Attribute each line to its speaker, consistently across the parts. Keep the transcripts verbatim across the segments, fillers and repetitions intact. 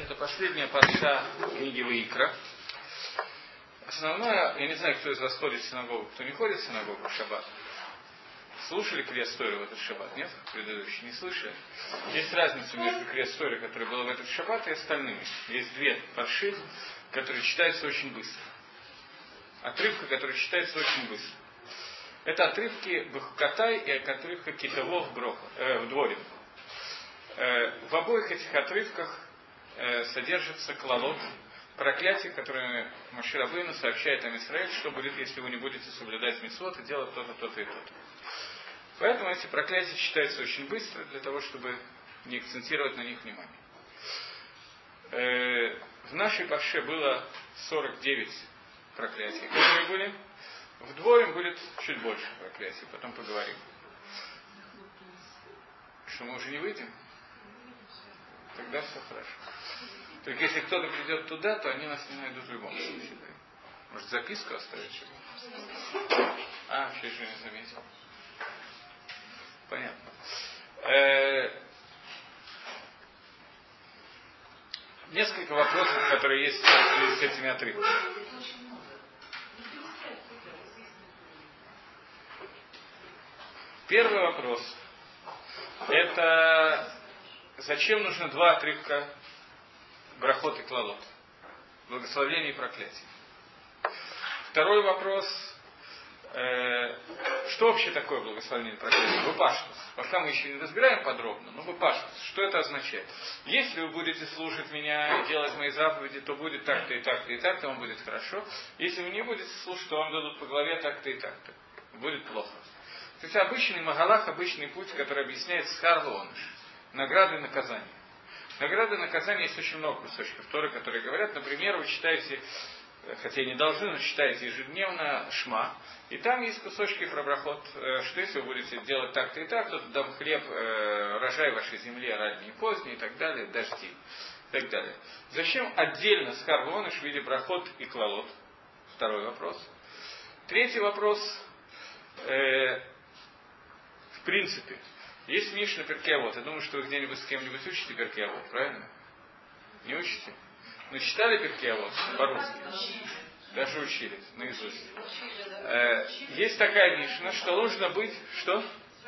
Speaker 1: это последняя парша книги Ваикра. Основное, я не знаю, кто из вас ходит в синагогу, кто не ходит в синагогу в шаббат. Слушали крест Торы в этот шаббат? Нет? Предыдущий не слышали? Есть разница между крест Торы, который был в этот шаббат, и остальными. Есть две парши, которые читаются очень быстро. Отрывка, который читается очень быстро. Это отрывки Бахукатай и отрывка Китовов э, в Дворе. Э, в обоих этих отрывках э, содержится клалот, проклятие, которое Моше Рабейну сообщает ам Исраэль, что будет, если вы не будете соблюдать мицвот и делать то-то, то-то и то-то. Поэтому эти проклятия читаются очень быстро, для того, чтобы не акцентировать на них внимание. Э, в нашей парше было сорок девять проклятий, которые были. В Дворе будет чуть больше проклятий, потом поговорим. Что, мы уже не выйдем? Тогда все хорошо. Только если кто-то придет туда, то они нас не найдут в любом случае. Может, записку оставить, чтобы... А, вообще же не заметил. Понятно. Э-э- Несколько вопросов, которые есть в связи с этими отрывками. Первый вопрос. Это зачем нужно два отрывка брахот и клалот? Благословение и проклятие. Второй вопрос. Э, что вообще такое благословение и проклятие? Выпаштус. Пока мы еще не разбираем подробно, но выпаштус. Что это означает? Если вы будете слушать меня и делать мои заповеди, то будет так-то и так-то и так-то, вам будет хорошо. Если вы не будете слушать, то вам дадут по голове так-то и так-то. Будет плохо. Это обычный магалах, обычный путь, который объясняет схар лооныш. Награды и наказания. Награды и наказания есть очень много кусочков Торы, которые говорят, например, вы читаете, хотя и не должны, но читаете ежедневно Шма, и там есть кусочки про брахот, что если вы будете делать так-то и так, то дам хлеб, рожай вашей земле ранний и поздний, и так далее, дожди, и так далее. Зачем отдельно схар лооныш в виде брахот и клалот? Второй вопрос. Третий вопрос. В принципе, есть Мишна Перкей Авот. Я думаю, что вы где-нибудь с кем-нибудь учите Перкей Авот, правильно? Не учите? Но читали Перкей Авот по-русски? Даже учили, наизусть. Э, есть такая Мишна, что нужно быть... Что?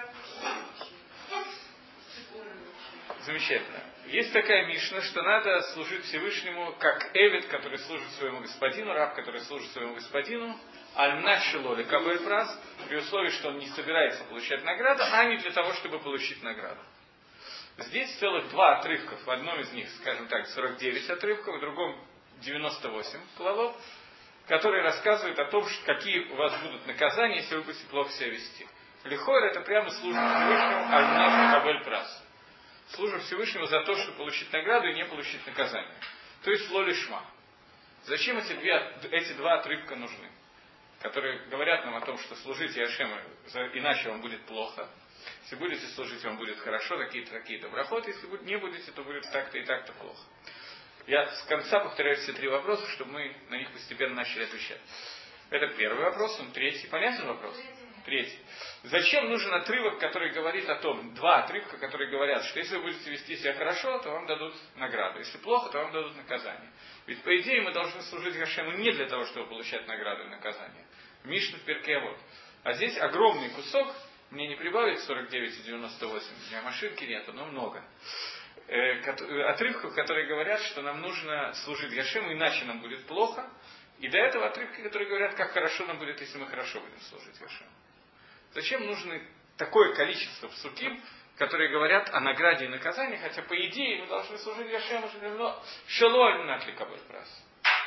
Speaker 1: Замечательно. Есть такая Мишна, что надо служить Всевышнему, как эвид, который служит своему господину, раб, который служит своему господину, аль-мнат шело лекабель праз, при условии, что он не собирается получать награду, а не для того, чтобы получить награду. Здесь целых два отрывка. В одном из них, скажем так, сорок девять отрывков, в другом девяносто восемь клалот, которые рассказывают о том, какие у вас будут наказания, если вы будете плохо себя вести. Лихор это прямо служба Всевышнему, аль-мнат лекабель праз. Служим Всевышнему за то, чтобы получить награду и не получить наказание. То есть лоли шма. Зачем эти, две, эти два отрывка нужны? Которые говорят нам о том, что служите Ашему, иначе вам будет плохо. Если будете служить, вам будет хорошо, такие-то, такие-то брахот. Если не будете, то будет так-то и так-то плохо. Я с конца повторяю все три вопроса, чтобы мы на них постепенно начали отвечать. Это первый вопрос, он третий. Понятный вопрос? Третий. Зачем нужен отрывок, который говорит о том, два отрывка, которые говорят, что если вы будете вести себя хорошо, то вам дадут награду. Если плохо, то вам дадут наказание. Ведь по идее мы должны служить Гашему не для того, чтобы получать награду и наказание. Мишна в Перкей Авот. А здесь огромный кусок, мне не прибавить сорок девять и девяносто восемь, у меня машинки нету, но много. Э, отрывков, которые говорят, что нам нужно служить Гашему, иначе нам будет плохо. И до этого отрывки, которые говорят, как хорошо нам будет, если мы хорошо будем служить Гашему. Зачем нужно такое количество псуким, которые говорят о награде и наказании, хотя по идее мы должны служить Гашему, но шелоль на лекабель праз.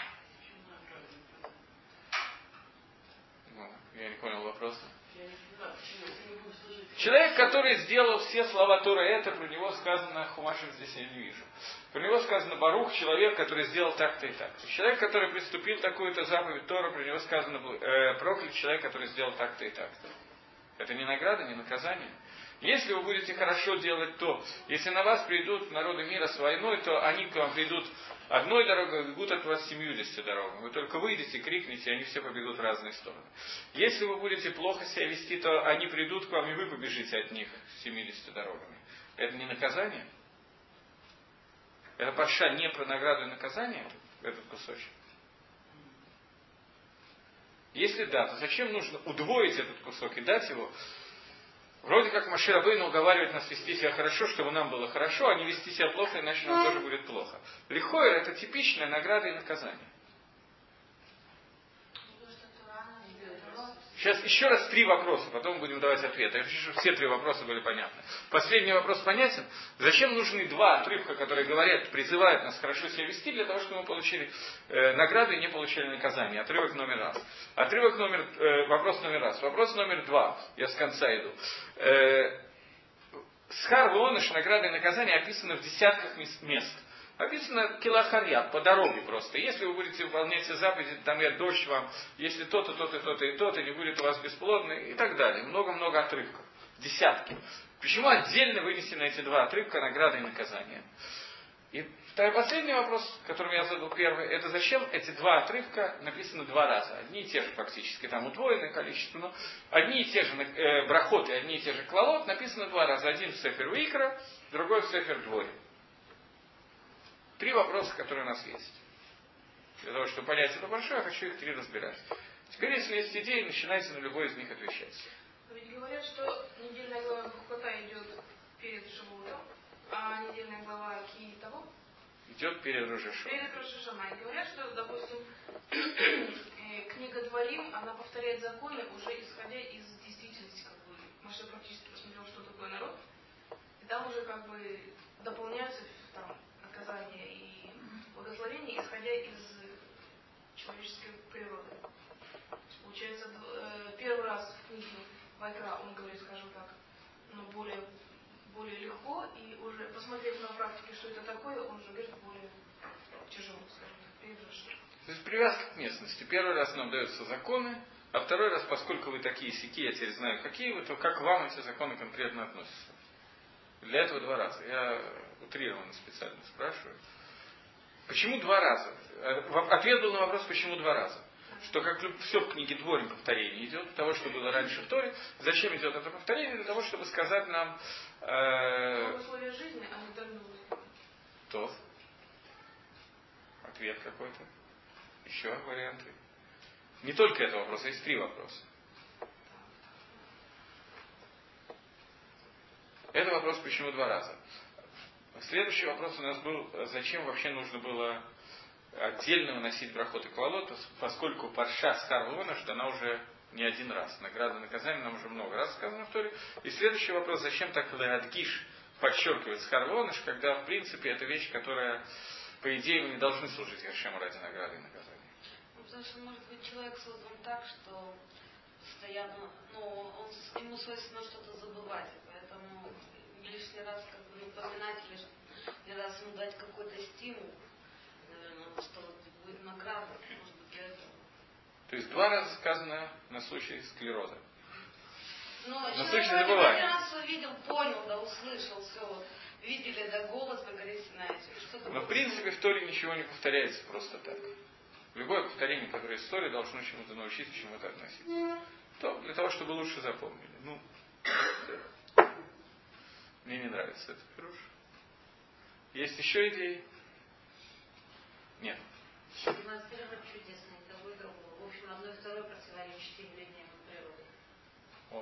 Speaker 1: Я не понял вопроса. Человек, который сделал все слова Торы, это про него сказано, Хумашем здесь я не вижу. Про него сказано Барух, человек, который сделал так-то и так. Человек, который приступил такую-то заповедь Тора, про него сказано э, проклят человек, который сделал так-то и так-то. Это не награда, не наказание. Если вы будете хорошо делать то, если на вас придут народы мира с войной, то они к вам придут одной дорогой, бегут от вас семьюдесяти дорогами. Вы только выйдете, крикните, и они все побегут в разные стороны. Если вы будете плохо себя вести, то они придут к вам, и вы побежите от них семьюдесятью дорогами. Это не наказание? Это парша не про награду и наказание, этот кусочек? Если да, то зачем нужно удвоить этот кусок и дать его? Вроде как Моше Рабейну уговаривает нас вести себя хорошо, чтобы нам было хорошо, а не вести себя плохо, иначе нам тоже будет плохо. Лихойр — это типичная награда и наказание. Сейчас еще раз три вопроса, потом будем давать ответы. Я хочу, чтобы все три вопроса были понятны. Последний вопрос понятен. Зачем нужны два отрывка, которые говорят, призывают нас хорошо себя вести, для того, чтобы мы получили э, награды и не получили наказание? Отрывок номер раз. Отрывок номер, э, вопрос номер раз. Вопрос номер два. Я с конца иду. Э, Схар вооныш, награды и наказания описаны в десятках мест. Описано килахарьят, по дороге просто. Если вы будете выполнять все заповеди, там я дождь вам, если то-то, то-то, то-то и то-то, не будет у вас бесплодно и так далее. Много-много отрывков. Десятки. Почему отдельно вынесены эти два отрывка, награды и наказания? И второй, последний вопрос, который я задал первый, это зачем эти два отрывка написаны два раза? Одни и те же фактически, там удвоенное количество, но одни и те же э, брахот и одни и те же клалот написаны два раза. Один в Сефер Ваикра, другой в Сефер Дворим. Три вопроса, которые у нас есть. Для того, чтобы понять это большое, я хочу их три разбирать. Теперь, если есть идеи, начинайте на любой из них отвечать.
Speaker 2: Ведь говорят, что недельная глава Бухота идет перед Шавуотом, а недельная глава Ки того
Speaker 1: идет перед Рожешом.
Speaker 2: Перед Рожешом. И говорят, что, допустим, книга Дворим, она повторяет законы, уже исходя из действительности, как бы, Моше практически посмотрел, что такое народ, и там уже как бы дополняются там наказания и благословения, исходя из человеческой природы. Получается, первый раз в книге Вайкра он говорит, скажем так, ну, более, более легко, и уже посмотрев на практике, что это такое, он уже говорит более тяжело, скажем так, прежде.
Speaker 1: То есть привязка к местности. Первый раз нам даются законы, а второй раз, поскольку вы такие сики, я теперь знаю, какие вы, то как вам эти законы конкретно относятся? Для этого два раза. Я утрированно специально спрашиваю. Почему два раза? Ответ был на вопрос, почему два раза. Что как все в книге Дворим повторение идет, того, что было раньше в Торе. Зачем идет это повторение? Для того, чтобы сказать нам... Э,
Speaker 2: условия жизни, а не дальнего условия.
Speaker 1: То. Ответ какой-то. Еще варианты. Не только это вопрос, есть три вопроса. Это вопрос, почему два раза. Следующий вопрос у нас был, зачем вообще нужно было отдельно выносить брахот и клалот, поскольку парша Схар вооныш, что она уже не один раз. Награда и наказание нам уже много раз сказано в Торе. И следующий вопрос, зачем так леадгиш подчеркивать Схар вооныш, когда в принципе это вещь, которая, по идее, мы не должны служить Гашему ради награды и наказания.
Speaker 3: Ну, потому что, может быть, человек создан так, что постоянно, ну, он, ему свойственно что-то забывать, поэтому лишний раз как бы напоминать, лишний раз ему дать какой-то стимул, наверное, что будет награда, может быть, для этого.
Speaker 1: То есть два раза сказано на случай склероза.
Speaker 3: Но
Speaker 1: на
Speaker 3: человек
Speaker 1: случай
Speaker 3: один
Speaker 1: забывания.
Speaker 3: раз увидел, понял, да, услышал, все, вот, видели, да, голос на горе Синай, что-то.
Speaker 1: Но в принципе в Торе ничего не повторяется просто так. Любое повторение, которое есть в Торе, должно чему-то научиться, к чему-то относиться. То для того, чтобы лучше запомнили. Ну, мне не нравится это пируш. Есть еще идеи? Нет.
Speaker 4: Демонстрировать чудесное, это выбор. В общем, одно и второе противоречит явлениям природы.
Speaker 1: О.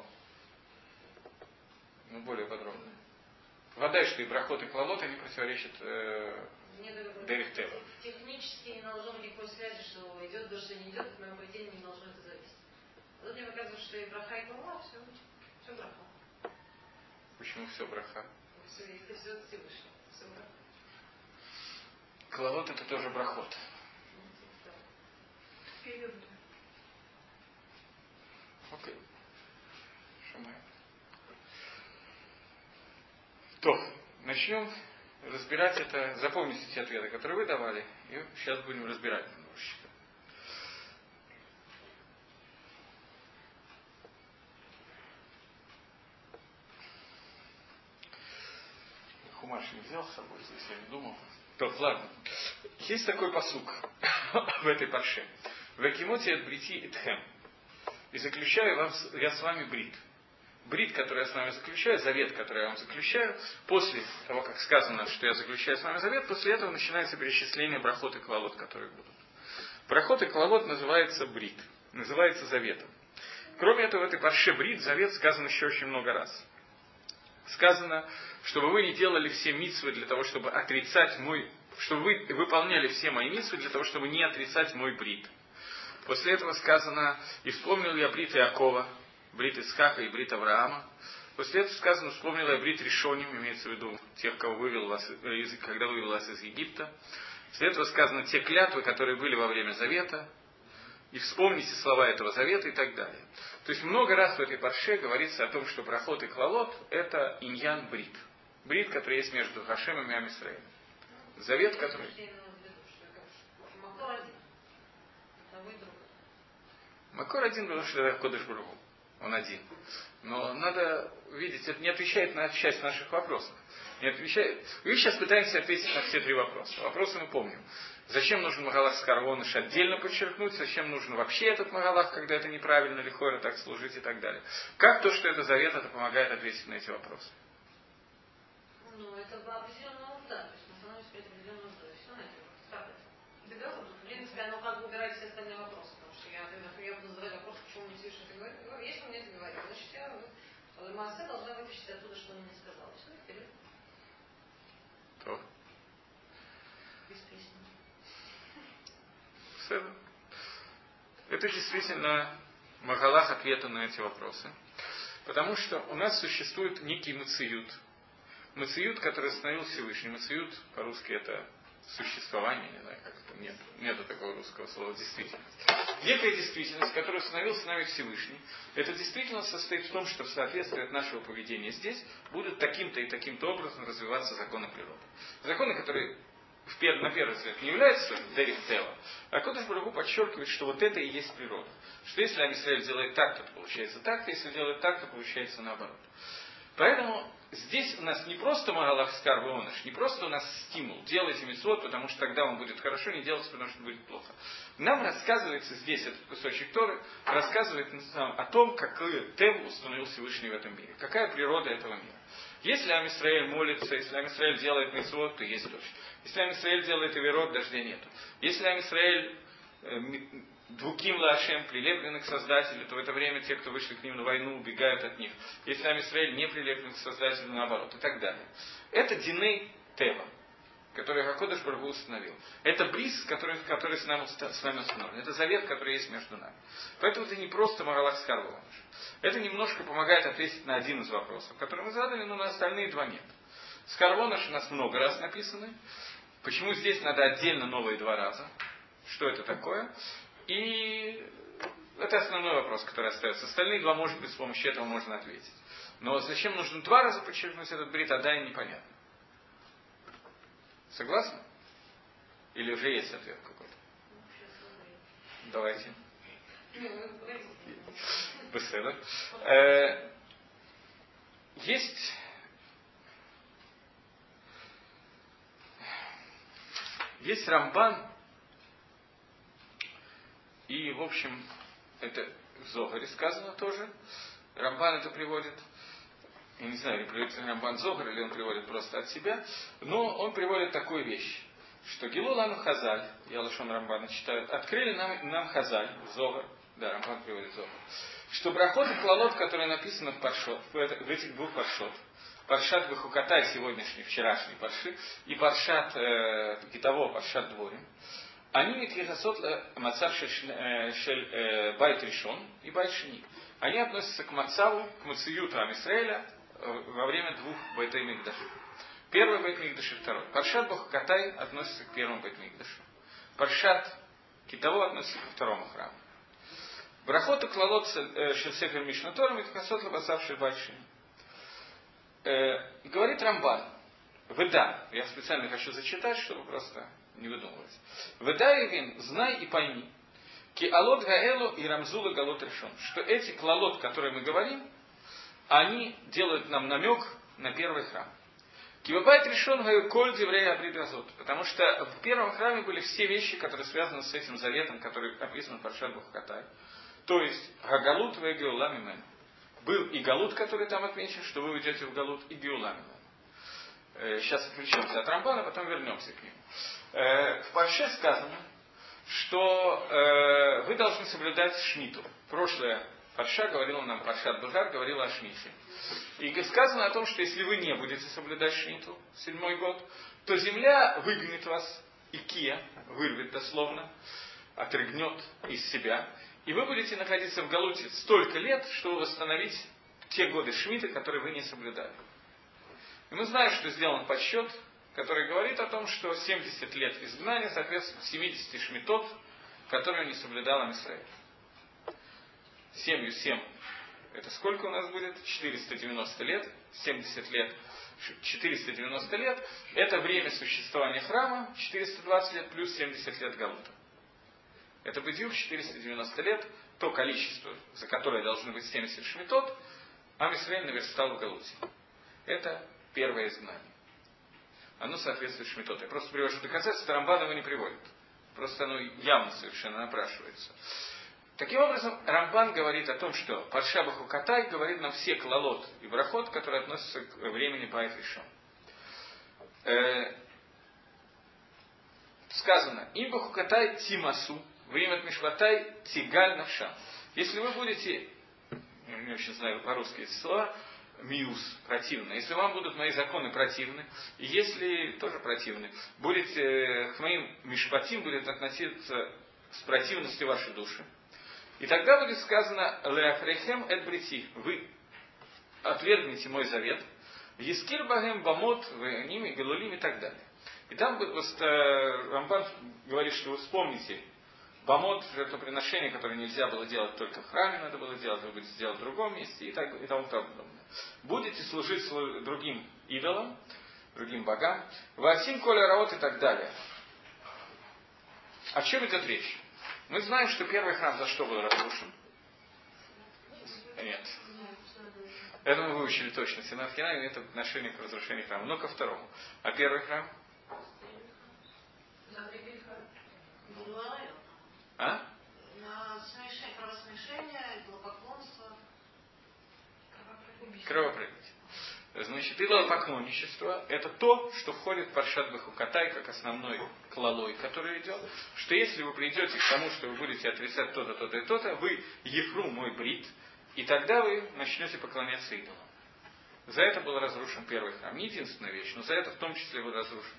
Speaker 1: Ну, более подробно. Вода, что и брахот, и клалот, они противоречат э, Дерихтева.
Speaker 4: Технически не должно быть никакой связи, что идет дождь, не идет, от моего поведения не должно это зависеть. А тут мне показывает, что и браха, и клала, все, все браха.
Speaker 1: Почему все браха?
Speaker 4: Все, если все от Всевышнего, все браха.
Speaker 1: Клалот это тоже брахот. Окей. Шамай. То, начнем разбирать это. Запомните те ответы, которые вы давали, и сейчас будем разбирать немножечко. Хумаш не взял с собой, здесь я не думал. То, ладно. Есть такой пасук в этой парше. Векимоти от брити итхем. И заключаю вам, я с вами брит. брит, который я с вами заключаю, завет, который я вам заключаю, после того, как сказано, что я заключаю с вами завет, после этого начинается перечисление брахот и клалот, которые будут. Брахот и клалот называется брит, называется заветом. Кроме этого, в этой парше брит, завет сказано еще очень много раз. Сказано, чтобы вы не делали все мицвы для того, чтобы отрицать мой, чтобы вы выполняли все мои мицвы для того, чтобы не отрицать мой брит. После этого сказано, и вспомнил я брит Иакова, брит Исхака и брит Авраама. После этого сказано, вспомнил я брит Ришоним, имеется в виду тех, кого вывел вас, когда вывел вас из Египта. После этого сказано, те клятвы, которые были во время завета, и вспомните слова этого завета и так далее. То есть много раз в этой парше говорится о том, что брахот и клалот – это иньян брит. Брит, который есть между Хашемом и Ам Исраэлем. Завет, который... Макор один, потому что это Кодеш Барух Ху. Он один. Но надо видеть, это не отвечает на часть наших вопросов. Не отвечает... Вы сейчас пытаетесь ответить на все три вопроса. Вопросы мы помним. Зачем нужен Магалах Скарвоныш отдельно подчеркнуть? Зачем нужен вообще этот Магалах, когда это неправильно, лихора так служить и так далее? Как то, что это завет, это помогает ответить на эти вопросы?
Speaker 4: Ну, это определенная нужда. То есть мы становимся определенной нуждой. Все на эти вопросы. Как это? Да, в принципе, оно как бы убирает все остальные вопросы. Потому что я, я буду задавать вопрос, почему мне Всевышний это говорит. Ну, если он мне это говорит, значит, я Массе должна вытащить оттуда, что он мне сказал. Все, вперед.
Speaker 1: То.
Speaker 4: Без песни.
Speaker 1: Это действительно Магалах ответа на эти вопросы. Потому что у нас существует некий мациют. Мациют, который остановил Всевышний. Мациют по-русски это существование, не знаю, как это, нет, нету такого русского слова, действительность. Некая действительность, которую установил с нами Всевышний, эта действительность состоит в том, что в соответствии от нашего поведения здесь будут таким-то и таким-то образом развиваться законы природы. Законы, которые в пер, на первый взгляд не являются Дерих Тева, а Кодеш Барух Ху подчеркивает, что вот это и есть природа. Что если Ам Исраэль делает так, то получается так, то если делает так, то получается наоборот. Поэтому здесь у нас не просто Магалах Скар Веоныш, не просто у нас стимул, делайте мицвот, потому что тогда он будет хорошо, не делайте, потому что будет плохо. Нам рассказывается здесь, этот кусочек Торы, рассказывает нам о том, какую тему установил Всевышний в этом мире, какая природа этого мира. Если Ам Исраэль молится, если Ам Исраэль делает мицвот, то есть дождь. Если Ам Исраэль делает авирот, дождя нету. Если Ам Исраэль э, двуким лашем, прилеплены к Создателю, то в это время те, кто вышли к ним на войну, убегают от них. Если Ам Исраэль не прилеплен к Создателю, наоборот, и так далее. Это диней тева, который Кодеш Барух Ху установил. Это бриз, который, который с, нами, с нами установлен. Это завет, который есть между нами. Поэтому это не просто Магалах Скар Веоныш. Это немножко помогает ответить на один из вопросов, который мы задали, но на остальные два нет. Скар Веоныш у нас много раз написаны. Почему здесь надо отдельно новые два раза? Что это такое? И это основной вопрос, который остается. Остальные два, может быть, с помощью этого можно ответить. Но зачем нужно два раза подчеркнуть этот брит, а да, непонятно. Согласны? Или уже есть ответ какой-то? Давайте. Беседа. Э, есть... Есть Рамбан, и, в общем, это в Зогаре сказано тоже. Рамбан это приводит, я не знаю, приводит Рамбан Зогар, или он приводит просто от себя, но он приводит такую вещь, что Гилулану Хазаль, я лошон Рамбана читаю, открыли нам, нам Хазаль, Зогар, да, Рамбан приводит Зогар, что брахот и клалот, которые написаны в, паршот, в, это, в этих двух паршот, Паршат Бехукатай сегодняшний, вчерашний парши, и Паршат э, Гитово, Паршат Дворим, они митхихасот мацав шель байт ришон и байт шени. Они относятся к мацаву, к мациюту Ам Исраэля во время двух байтей микдашей. Первый байт микдаш и второй. Паршат Бехукатай относится к первому байт микдашу. Паршат Гитово относится ко второму храму. Брахот и клалот шель сефер Мишна Тора митхихасот мацав шель байт шени. Говорит Рамбан, выда, я специально хочу зачитать, чтобы просто не выдумывать. Выда Евин, знай и пойми, ки алот гаэлу и рамзула галот решон, что эти клалот, которые мы говорим, они делают нам намек на первый храм. Ки бабайт решон гаю коль деврей абрид газот, потому что в первом храме были все вещи, которые связаны с этим заветом, который описан в Паршат Бехукатай. То есть, гагалут вегеула мимен. Был и Галут, который там отмечен, что вы уйдете в Галут, и Геула. Сейчас отвлечемся от Рамбана, потом вернемся к нему. В Парше сказано, что э, вы должны соблюдать шмиту. Прошлая Парша говорила нам, Паршат Бехар говорила о шмите. И сказано о том, что если вы не будете соблюдать шмиту, седьмой год, то земля выгонит вас, икия, вырвет дословно, отрыгнет из себя, и вы будете находиться в Галуте столько лет, чтобы восстановить те годы шмиты, которые вы не соблюдали. И мы знаем, что сделан подсчет, который говорит о том, что семьдесят лет изгнания соответствует семидесяти шмитот, которые не соблюдал Ам-Исраэль. семью семь. Это сколько у нас будет? четыреста девяносто лет. семьдесят лет. четыреста девяносто лет. Это время существования храма. четыреста двадцать лет плюс семьдесят лет Галута. Это бедюк четыреста девяносто лет. То количество, за которое должны быть семьдесят шмитот, Ам-Исраэль наверстал в Галуте. Это первое изгнание. Оно соответствует шмитот. Я просто привожу доказательства, Рамбан его не приводит. Просто оно явно совершенно напрашивается. Таким образом, Рамбан говорит о том, что Парша Бехукатай говорит нам все клалот и брахот, которые относятся к времени Байт Ришон. Э, сказано, им Бехукатай тимасу, время Мишватай тигаль навшам. Если вы будете, я не очень знаю по-русски эти слова, миус, противно. Если вам будут мои законы противны, и если тоже противны, будете к моим мишпатим будет относиться с противностью вашей души, и тогда будет сказано леахрехем эт брити, вы отвергнете мой завет, ескир багем бамот, вы ними галулим и так далее. И там Рамбан говорит, что вы вспомните бамот, жертвоприношение, которое нельзя было делать только в храме, надо было делать, вы будете делать в другом месте и, так, и тому подобное. Будете служить другим идолам, другим богам, васим коля раот и так далее. О чем идет речь? Мы знаем, что первый храм за что был разрушен? Нет. Это мы выучили точно. Сенат Хинай имеет отношение к разрушению храма. Но ко второму. А первый храм? А?
Speaker 4: На смешение, идолопоклонство.
Speaker 1: Кровопролитие. Значит, идолопоклонничество – это то, что входит в Паршат Бехукатай, как основной клалой, который идет, что если вы придете к тому, что вы будете отрицать то-то, то-то и то-то, вы ефру мой брит, и тогда вы начнете поклоняться идолам. За это был разрушен первый храм. Не единственная вещь, но за это в том числе был разрушен.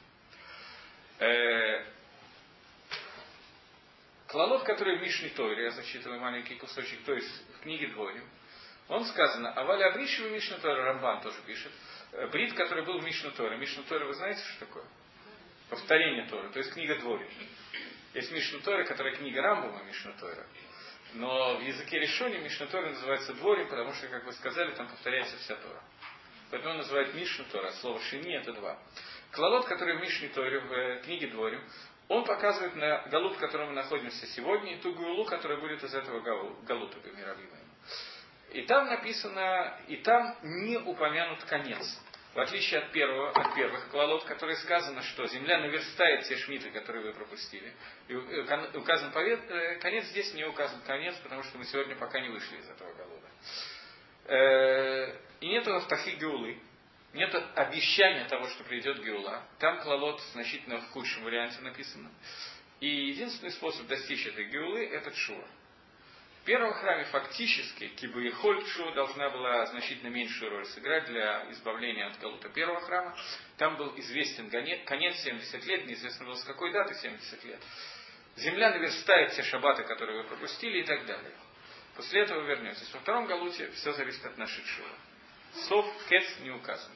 Speaker 1: Клалот, который в Мишне Тойре, я зачитываю маленький кусочек, то есть в книге Дворим, он сказано, а Валя Абришева Мишна Тойра, Рамбан тоже пишет, брит, который был в Мишну Тойре. Мишну Тойре, вы знаете, что такое? Повторение Торы, то есть книга Дворим. Есть Мишну Тойра, которая книга Рамбама Мишну Тойра. Но в языке решения Мишна Тойра называется Дворим, потому что, как вы сказали, там повторяется вся Тора. Поэтому он называет Мишну Тора, слово Шини это два. Клалот, который в Мишне Тойре, в книге Дворим, он показывает на галут, в котором мы находимся сегодня, и ту гулу, которая будет из этого галута, мировимая. И там написано, и там не упомянут конец. В отличие от первого, от первых клалот, которые сказано, что земля наверстает те шмиты, которые вы пропустили. И указан повет, конец, здесь не указан конец, потому что мы сегодня пока не вышли из этого галута. И нет автахи геулы. Нет обещания того, что придет Геула. Там клалот значительно в худшем варианте написано. И единственный способ достичь этой Геулы – это Тшуа. В первом храме фактически Кибаихоль Тшуа должна была значительно меньшую роль сыграть для избавления от галута первого храма. Там был известен конец семьдесят лет, неизвестно было с какой даты семьдесят лет. Земля наверстает те шаббаты, которые вы пропустили и так далее. После этого вы вернетесь. Во втором галуте все зависит от нашей Тшуа. Сов, кец не указан.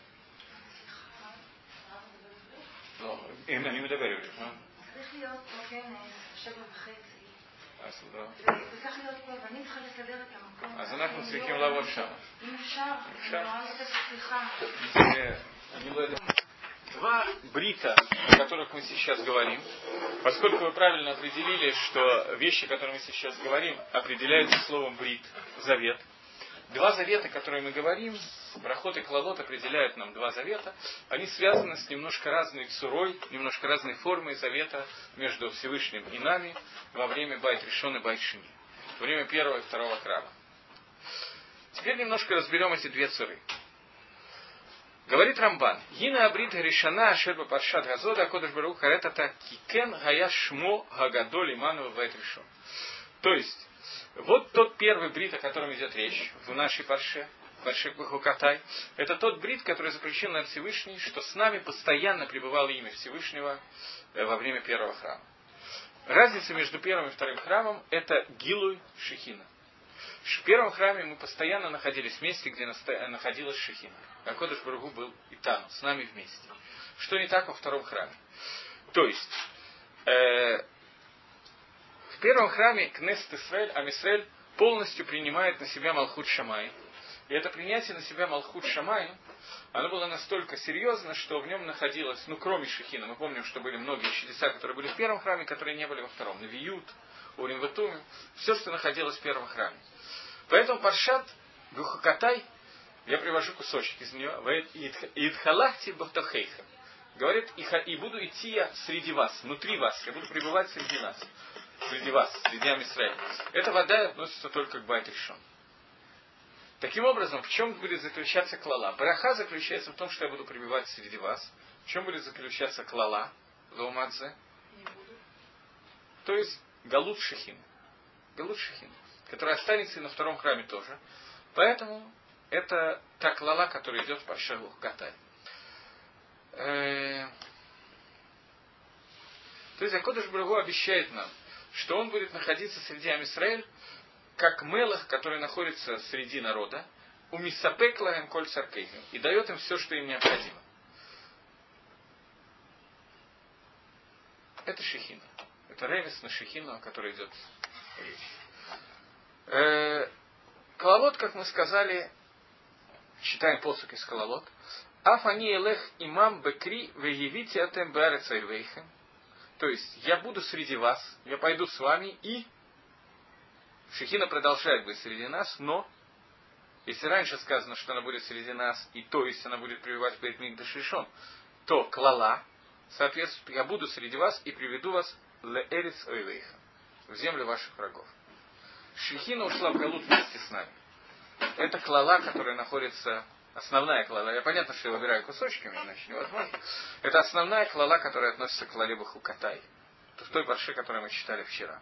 Speaker 1: אם אני מדבר איתך, מה?
Speaker 5: צריך להיות מגן שבע וחצי.
Speaker 1: אז לא.
Speaker 5: צריך להיות פה, ואני צריכה לסדר את המקום.
Speaker 1: אז אנחנו צריכים לעבוד שם.
Speaker 5: אם אפשר, אני רואה את הסליחה.
Speaker 1: אני לא יודע. Два брита, о которых мы сейчас говорим, поскольку вы правильно определили, что вещи, о которых мы сейчас говорим, определяются словом брит, завет. Два завета, которые мы говорим, брахот и клалот определяют нам два завета, они связаны с немножко разной цурой, немножко разной формой завета между Всевышним и нами во время Байт Ришон и Байт Шини, во время первого и второго храма. Теперь немножко разберем эти две цуры. Говорит Рамбан, Гина абрит гришана ашерба паршат газода акодыш барух харетата кикен гая шмо гагадоль иману вайт решон. То есть, вот тот первый брит, о котором идет речь в нашей парше, парше Бехукатай, это тот брит, который запрещен на Всевышний, что с нами постоянно пребывало имя Всевышнего во время первого храма. Разница между первым и вторым храмом это Гилуй Шехина. В первом храме мы постоянно находились в месте, где находилась Шехина. Акодыш Барух Ху был Итану, с нами вместе. Что не так во втором храме? То есть, э, в первом храме Кнессет Исраэль, Ам Исраэль полностью принимает на себя Малхут Шамай. И это принятие на себя Малхут Шамай, оно было настолько серьезно, что в нем находилось, ну кроме Шехина, мы помним, что были многие чудеса, которые были в первом храме, которые не были во втором. Навиют, Урим Ватумим, все, что находилось в первом храме. Поэтому Паршат Бехукатай, я привожу кусочек из нее, «Идхалахти бахтахейха». Говорит, и буду идти я среди вас, внутри вас, я буду пребывать среди нас, среди вас, среди Ам Исраэля. Эта вода относится только к Байт Ришон. Таким образом, в чем будет заключаться клала? Браха заключается в том, что я буду пребывать среди вас. В чем будет заключаться клала? Лоумадзе? То есть Галут Шехин. Галут Шехин, который останется и на втором храме тоже. Поэтому это та клала, которая идет в Парше Бехукатай. То есть Акодыш Барух Ху обещает нам, что он будет находиться среди Ам Исраэль, как Мелах, который находится среди народа, у Мисапек лаэм коль царкейхем, и дает им все, что им необходимо. Это Шехина. Это ревес на Шехину, о которой идет речь. Кололот, как мы сказали, читаем посук из Кололот. Афани элех имам бекри веевити атем баарец айвейхем. То есть, я буду среди вас, я пойду с вами, и Шехина продолжает быть среди нас, но если раньше сказано, что она будет среди нас, и то есть она будет прививать в Бейт Микдаш Ришон, то клала, соответственно, я буду среди вас и приведу вас леэрец ойвейха, в землю ваших врагов. Шехина ушла в Галут вместе с нами. Это клала, которая находится, основная клала, я понятно, что я выбираю кусочками, иначе невозможно. Это основная клала, которая относится к клале Бехукатай, в той парше, которую мы читали вчера.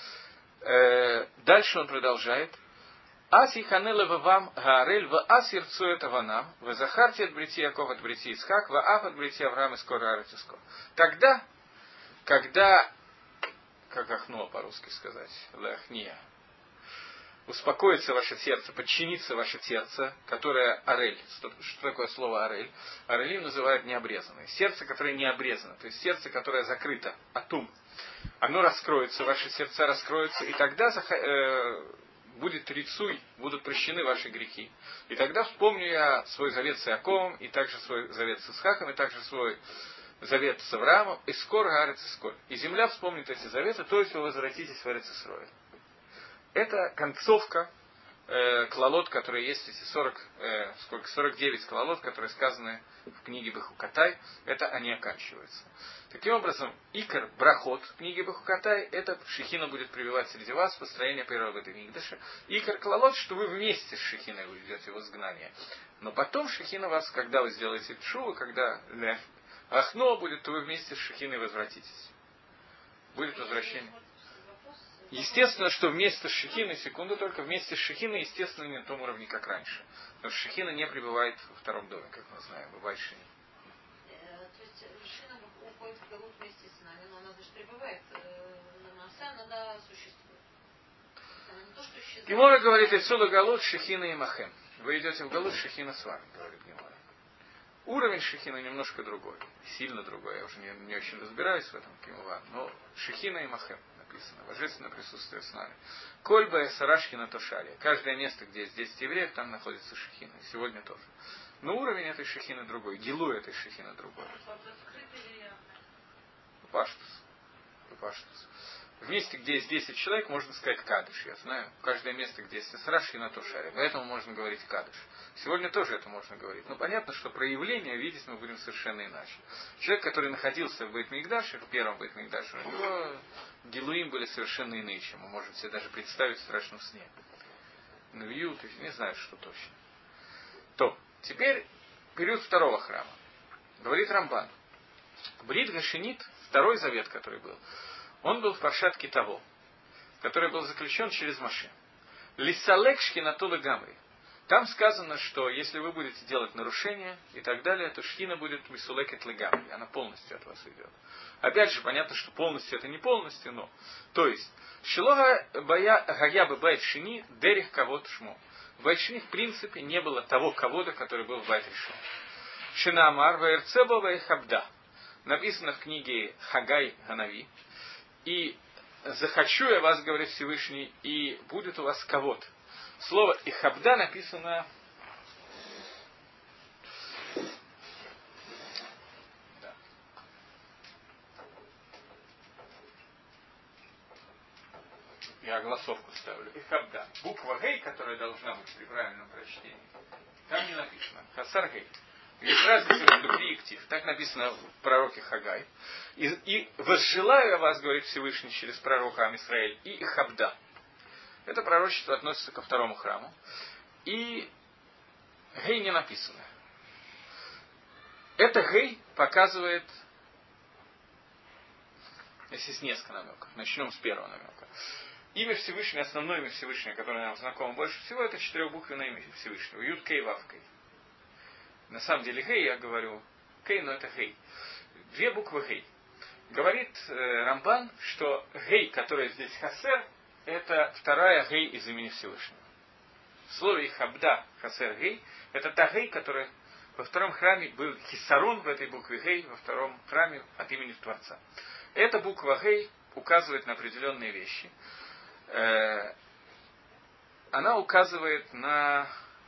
Speaker 1: Дальше он продолжает. Аси ханеле вам гаарель в асир цуэт аванам в захарти от брити Яков от брити Исхак в аф от брити Авраам из скоро арециско. Тогда, когда, как ахнуло по-русски сказать, лахния, успокоится ваше сердце, подчинится ваше сердце, которое арель. Что, что такое слово арель? Арелим называют необрезанное. Сердце, которое не обрезано, то есть сердце, которое закрыто, атум. Оно раскроется, ваши сердца раскроются, и тогда э, будет рицуй, будут прощены ваши грехи. И тогда вспомню я свой завет с Иаковом, и также свой завет с Исхаком, и также свой завет с Авраамом, и скоро Арец Исколь. И земля вспомнит эти заветы, то есть вы возвратитесь в Арец Исроэль. Это концовка э, клалот, которые есть, эти сорок, э, сколько, сорок девять клалот, которые сказаны в книге Бехукатай, это они оканчиваются. Таким образом, икор брахот в книге Бехукатай, это Шехина будет прививать среди вас построение первого Бейт Микдаша. Икор клалот, что вы вместе с Шехиной уйдете в изгнание. Но потом Шехина вас, когда вы сделаете тшуву, когда ахно будет, то вы вместе с Шехиной возвратитесь. Будет возвращение. Естественно, что вместе с Шехиной, секунду только, вместе с Шехиной, естественно, не на том уровне, как раньше. Потому что Шехина не пребывает во втором доме, как мы знаем, в Байшине.
Speaker 4: То есть Шехина уходит в Галут вместе с нами, но она даже пребывает на Мааса, она существует. Она не то, что исчезает.
Speaker 1: Гемора говорит, отсюда Галут, Шехина и Махем. Вы идете в Галут, Шехина с вами, говорит Гемора. Уровень Шехина немножко другой, сильно другой. Я уже не, не очень разбираюсь в этом, Кимува, но Шехина и Махем. Написано, божественное присутствие с нами. Кольба и Сарашкина Тошалия. Каждое место, где есть десять евреев, там находится Шехина. Сегодня тоже. Но уровень этой Шехины другой. Гилу этой Шехины другой. Паштус. Паштус. В месте, где есть десять человек, можно сказать кадыш. Я знаю. Каждое место, где есть Сарашкина Тошалия. Поэтому можно говорить кадыш. Сегодня тоже это можно говорить. Но понятно, что проявление видеть мы будем совершенно иначе. Человек, который находился в Бейт Микдаше, в первом Бейт Микдаше, у него гилуим были совершенно иные, чем мы можем себе даже представить в страшном сне. Навию, то есть не знаю, что точно. То, теперь период второго храма. Говорит Рамбан. Брит Гашенит, второй завет, который был, он был в Паршат Китаво, который был заключен через Моше. Лисалек шхинату легамри. Там сказано, что если вы будете делать нарушения и так далее, то шхина будет мисулекет легамри. Она полностью от вас уйдет. Опять же, понятно, что полностью это не полностью, но. То есть, шилога гая байт шини дерих кавод шмо. В байт шини в принципе не было того кавода, который был в байт решон. Шинамар ваерцебо ваехабда. Написано в книге Хагай Ганави. И захочу я вас, говорит Всевышний, и будет у вас кавод. Слово «ихабда» написано да. Я огласовку ставлю. «Ихабда». Буква «гей», которая должна быть при правильном прочтении, там не написано. «Хасар гей». Есть разница между «кри» и «ктив». Так написано в пророке Хагай. И, и «возжелаю я вас, говорит Всевышний, через пророка Ам-Исраэль, и «ихабда». Это пророчество относится ко второму храму. И гей не написано. Это гей показывает, если есть несколько намеков. Начнем с первого намека. Имя Всевышнего, основное имя Всевышнего, которое нам знакомо больше всего, это четырехбуквенное имя Всевышнего. Юд Кей Вав Кей. На самом деле гей, я говорю, кей, но это гей. Две буквы гей. Говорит э, Рамбан, что гей, который здесь хасер, это вторая гей из имени Всевышнего. В слове «ихабда» хасер гей – это та гей, которая во втором храме был хисарон в этой букве гей, во втором храме от имени Творца. Эта буква гей указывает на определенные вещи. Э, она указывает на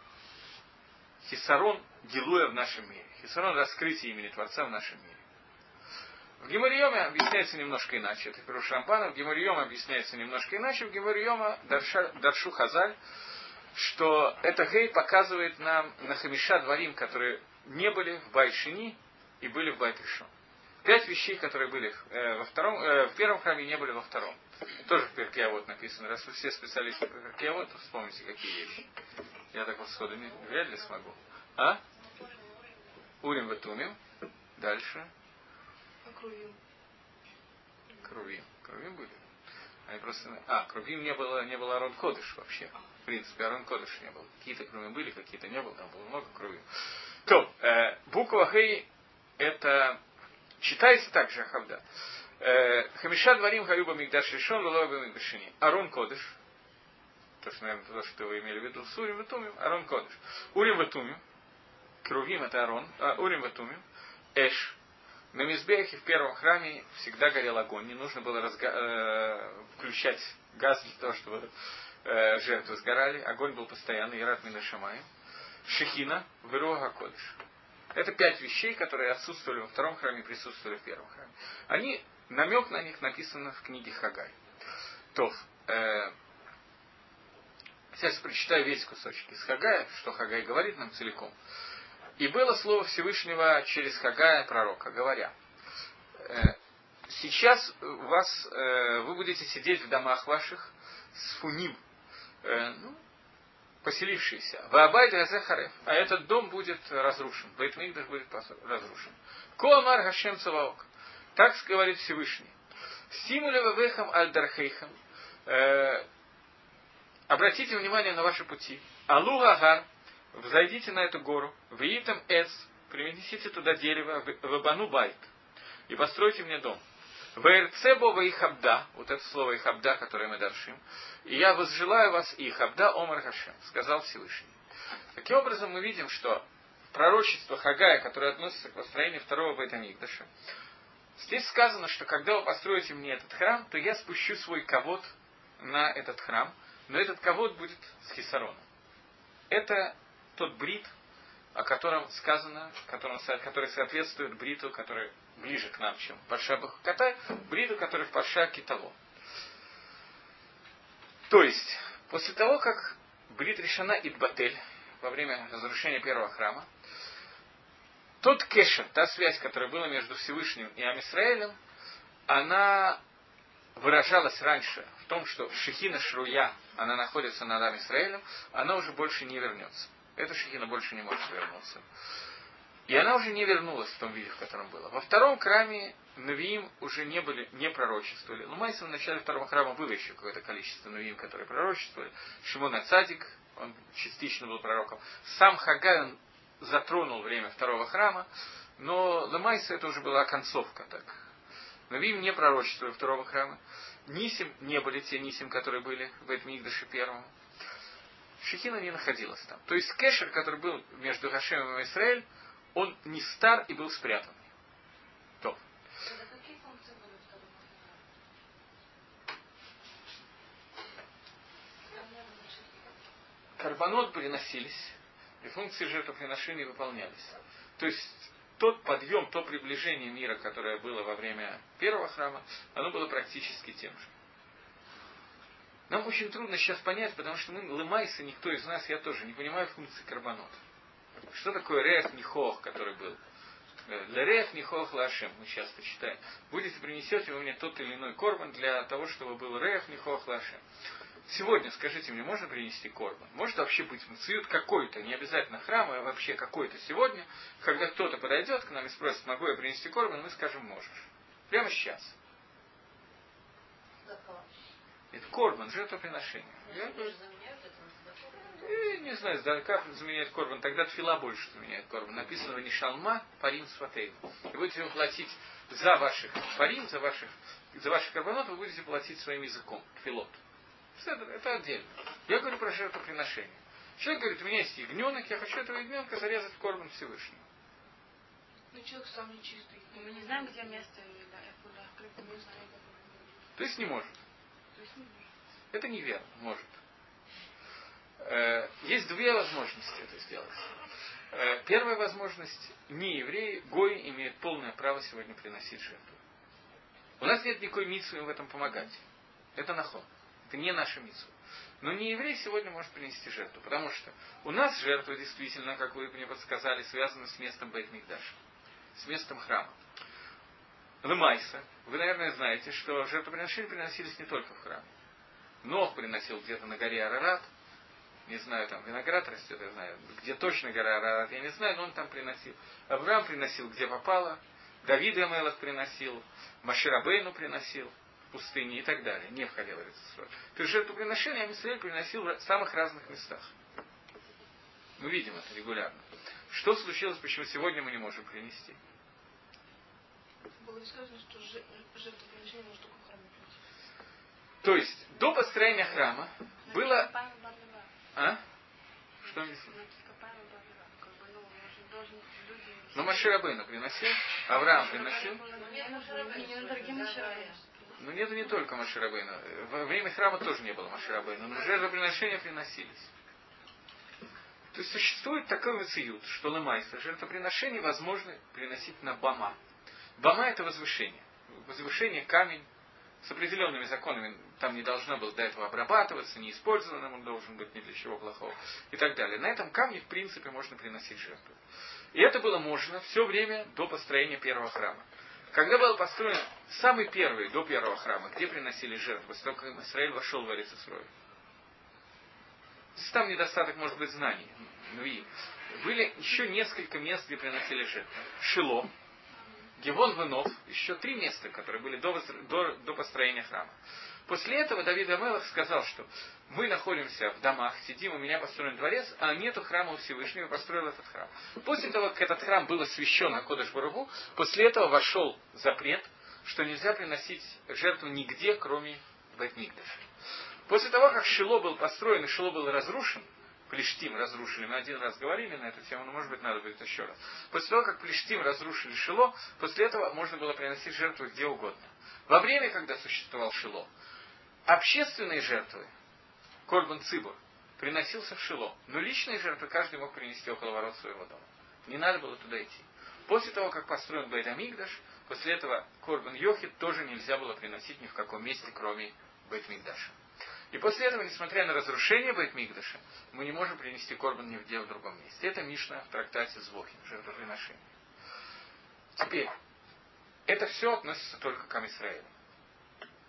Speaker 1: хисарон гилуя в нашем мире. Хисарон раскрытия имени Творца в нашем мире. В Гемарьоме объясняется немножко иначе. Это Пируш Рамбана. В Гемарьоме объясняется немножко иначе. В Гемарьоме Даршу Хазаль, что это гей показывает нам на Хамиша Дварим, которые не были в Байт Шини и были в Байт Ришон. Пять вещей, которые были э, во втором, э, в первом храме, не были во втором. Тоже в Перке Авот написано. Раз вы все специалисты по Перке Авот, то вспомните, какие вещи. Я так вот сходу вряд ли смогу. А? Урим Ватумим. Дальше.
Speaker 2: Крувим.
Speaker 1: Крувим. Крувим были? Они просто... А, Крувим не было, не было Арон Кодыш вообще. В принципе, Арон Кодыш не было. Какие-то Крувим были, какие-то не было. Там было много Крувим. То, э, буква Хей это... Читается также Ахавда. Э, Хамиша Дварим Хаюба Мигдаш Решон Велоба Мигдашини. Арон Кодыш. То, что, наверное, то, что вы имели в виду с Урим Ватумим. Арон Кодыш. Урим Ватумим. Крувим это Арон. А, Урим Ватумим. Эш. На Мизбехе в первом храме всегда горел огонь. Не нужно было разга- э, включать газ для того, чтобы э, жертвы сгорали. Огонь был постоянный. Ират Мина Шамаим. Шехина. Веруага Кодыш. Это пять вещей, которые отсутствовали во втором храме и присутствовали в первом храме. Они, намек на них написан в книге Хагай. То, э, сейчас прочитаю весь кусочек из Хагая, что Хагай говорит нам целиком. И было слово Всевышнего через Хагая пророка, говоря, э, сейчас у вас, э, вы будете сидеть в домах ваших с фуним, э, ну, поселившиеся. Ваабайд Газехарев, а этот дом будет разрушен. Бейт Микдаш будет разрушен. Коамар Гашем Цаваок. Так говорит Всевышний. Симулева вехам аль-дархейхам. Обратите внимание на ваши пути. Алу Агар. Взойдите на эту гору. Виитам эц. Принесите туда дерево. Вабану байт. И постройте мне дом. Вэрцебо ваихабда, вот это слово ихабда, которое мы даршим, и я возжелаю вас и ихабда омар хашем, сказал Всевышний. Таким образом мы видим, что пророчество Хагая, которое относится к построению второго Бейт Микдаша, здесь сказано, что когда вы построите мне этот храм, то я спущу свой кавод на этот храм, но этот кавод будет с хисароном. Это тот брит, о котором сказано, которым, который соответствует бриту, который ближе к нам, чем Парша Бахукатай, бриту, который в Парша Китаво. То есть, после того, как брит решена Идбатель во время разрушения первого храма, тот кешер, та связь, которая была между Всевышним и Ам-Исраэлем, она выражалась раньше в том, что Шехина Шруя, она находится над Ам Исраэлем, она уже больше не вернется. Эта Шехина больше не может вернуться. И она уже не вернулась в том виде, в котором была. Во втором храме Навиим уже не были, не пророчествовали. Но Майса в начале второго храма было еще какое-то количество Навиим, которые пророчествовали. Шимон ацадик, он частично был пророком. Сам Хагай, он затронул время второго храма, но Ламайса это уже была концовка. Так. Навиим не пророчествовали второго храма. Нисим не были те Нисим, которые были в Бейт-Микдаше первом. Шехина не находилась там. То есть кешер, который был между Гашемом и Исраэль, он не стар и был спрятан. То.
Speaker 3: Какие функции были второго храма?
Speaker 1: Карбонот приносились, и функции жертвоприношений выполнялись. То есть тот подъем, то приближение мира, которое было во время первого храма, оно было практически тем же. Нам очень трудно сейчас понять, потому что мы лымайся, никто из нас, я тоже, не понимаю функции карбонота. Что такое рех нихох, который был? Для рех нихох лашем, мы часто читаем. Будете принесете вы мне тот или иной корбан для того, чтобы был рех нихох лашем. Сегодня, скажите мне, можно принести корбан? Может вообще быть муциют какой-то, не обязательно храм, а вообще какой-то сегодня, когда кто-то подойдет к нам и спросит, могу я принести корбан, мы скажем, можешь. Прямо сейчас. Это корбан, жертвоприношение. И, не знаю, как заменяет корбан, тогда тфила больше заменяет корбан. Написано не шалма, парим сватей. И будете вы платить за ваших парим, за ваших, за ваших корбанот, вы будете платить своим языком, тфилот. Это, это отдельно. Я говорю про жертвоприношение. Человек говорит, у меня есть ягненок, я хочу этого ягненка зарезать в корбан Всевышнего.
Speaker 2: Ну человек сам не чистый.
Speaker 5: Мы не знаем, где место и куда. Мы знаем,
Speaker 1: То есть не может.
Speaker 5: То есть не может.
Speaker 1: Это неверно, может. Есть две возможности это сделать. Первая возможность, не евреи, гои имеют полное право сегодня приносить жертву. У нас нет никакой мицвы им в этом помогать. Это нахон. Это не наша мицва. Но не еврей сегодня может принести жертву, потому что у нас жертва действительно, как вы мне подсказали, связана с местом Бейт-Микдаша, с местом храма. Лемайса, вы, наверное, знаете, что жертвоприношения приносились не только в храме. Нох приносил где-то на горе Арарат, не знаю, там виноград растет, я знаю, где точно гора Арарат, я не знаю, но он там приносил. Авраам приносил, где попало, Давид Амелах приносил, Моше Рабейну приносил в пустыне и так далее, не входил в Эрец-Исраэль. То есть жертвоприношение Ам Исраэль приносил в самых разных местах. Мы видим это регулярно. Что случилось, почему сегодня мы не можем принести?
Speaker 2: Было сказано, что жертвоприношение может только в храме принести.
Speaker 1: То есть, до построения храма было... А? Что не слышно? Ну, Моше Рабейну приносил, Авраам приносил. Ну, нет, не только Моше Рабейну. Во время храма тоже не было Моше Рабейну, но жертвоприношения приносились. То есть, существует такой мециют, что лемайса, жертвоприношения возможно приносить на бама. Бама – это возвышение. Возвышение, камень. С определенными законами там не должно было до этого обрабатываться, не использованным он должен быть ни для чего плохого и так далее. На этом камне, в принципе, можно приносить жертву. И это было можно все время до построения первого храма. Когда был построен самый первый до первого храма, где приносили жертву, после того, как Израиль вошел в Эрец-Исраэль. Там недостаток, может быть, знаний. Ну и были еще несколько мест, где приносили жертву. Шило, Гевон Венов, еще три места, которые были до, до, до построения храма. После этого Давид Амелах сказал, что мы находимся в домах, сидим, у меня построен дворец, а нету храма у Всевышнего, построил этот храм. После того, как этот храм был освящен Акодеш Баругу, после этого вошел запрет, что нельзя приносить жертву нигде, кроме Бейт-Микдаша. После того, как Шило был построен и Шило был разрушен, Плештим разрушили, мы один раз говорили на эту тему, но может быть надо будет еще раз. После того, как Плештим разрушили Шило, после этого можно было приносить жертву где угодно. Во время, когда существовал Шило, общественные жертвы, Корбан Цибур, приносился в Шило, но личные жертвы каждый мог принести около ворот своего дома. Не надо было туда идти. После того, как построен Бейт Микдаш, после этого Корбан Йохид тоже нельзя было приносить ни в каком месте, кроме Бейт Микдаша. И после этого, несмотря на разрушение Бейт Микдаша, мы не можем принести корбан нигде в другом месте. Это Мишна в трактате Звохим, жертвоприношение. Теперь, это все относится только к Ам Исраэлю.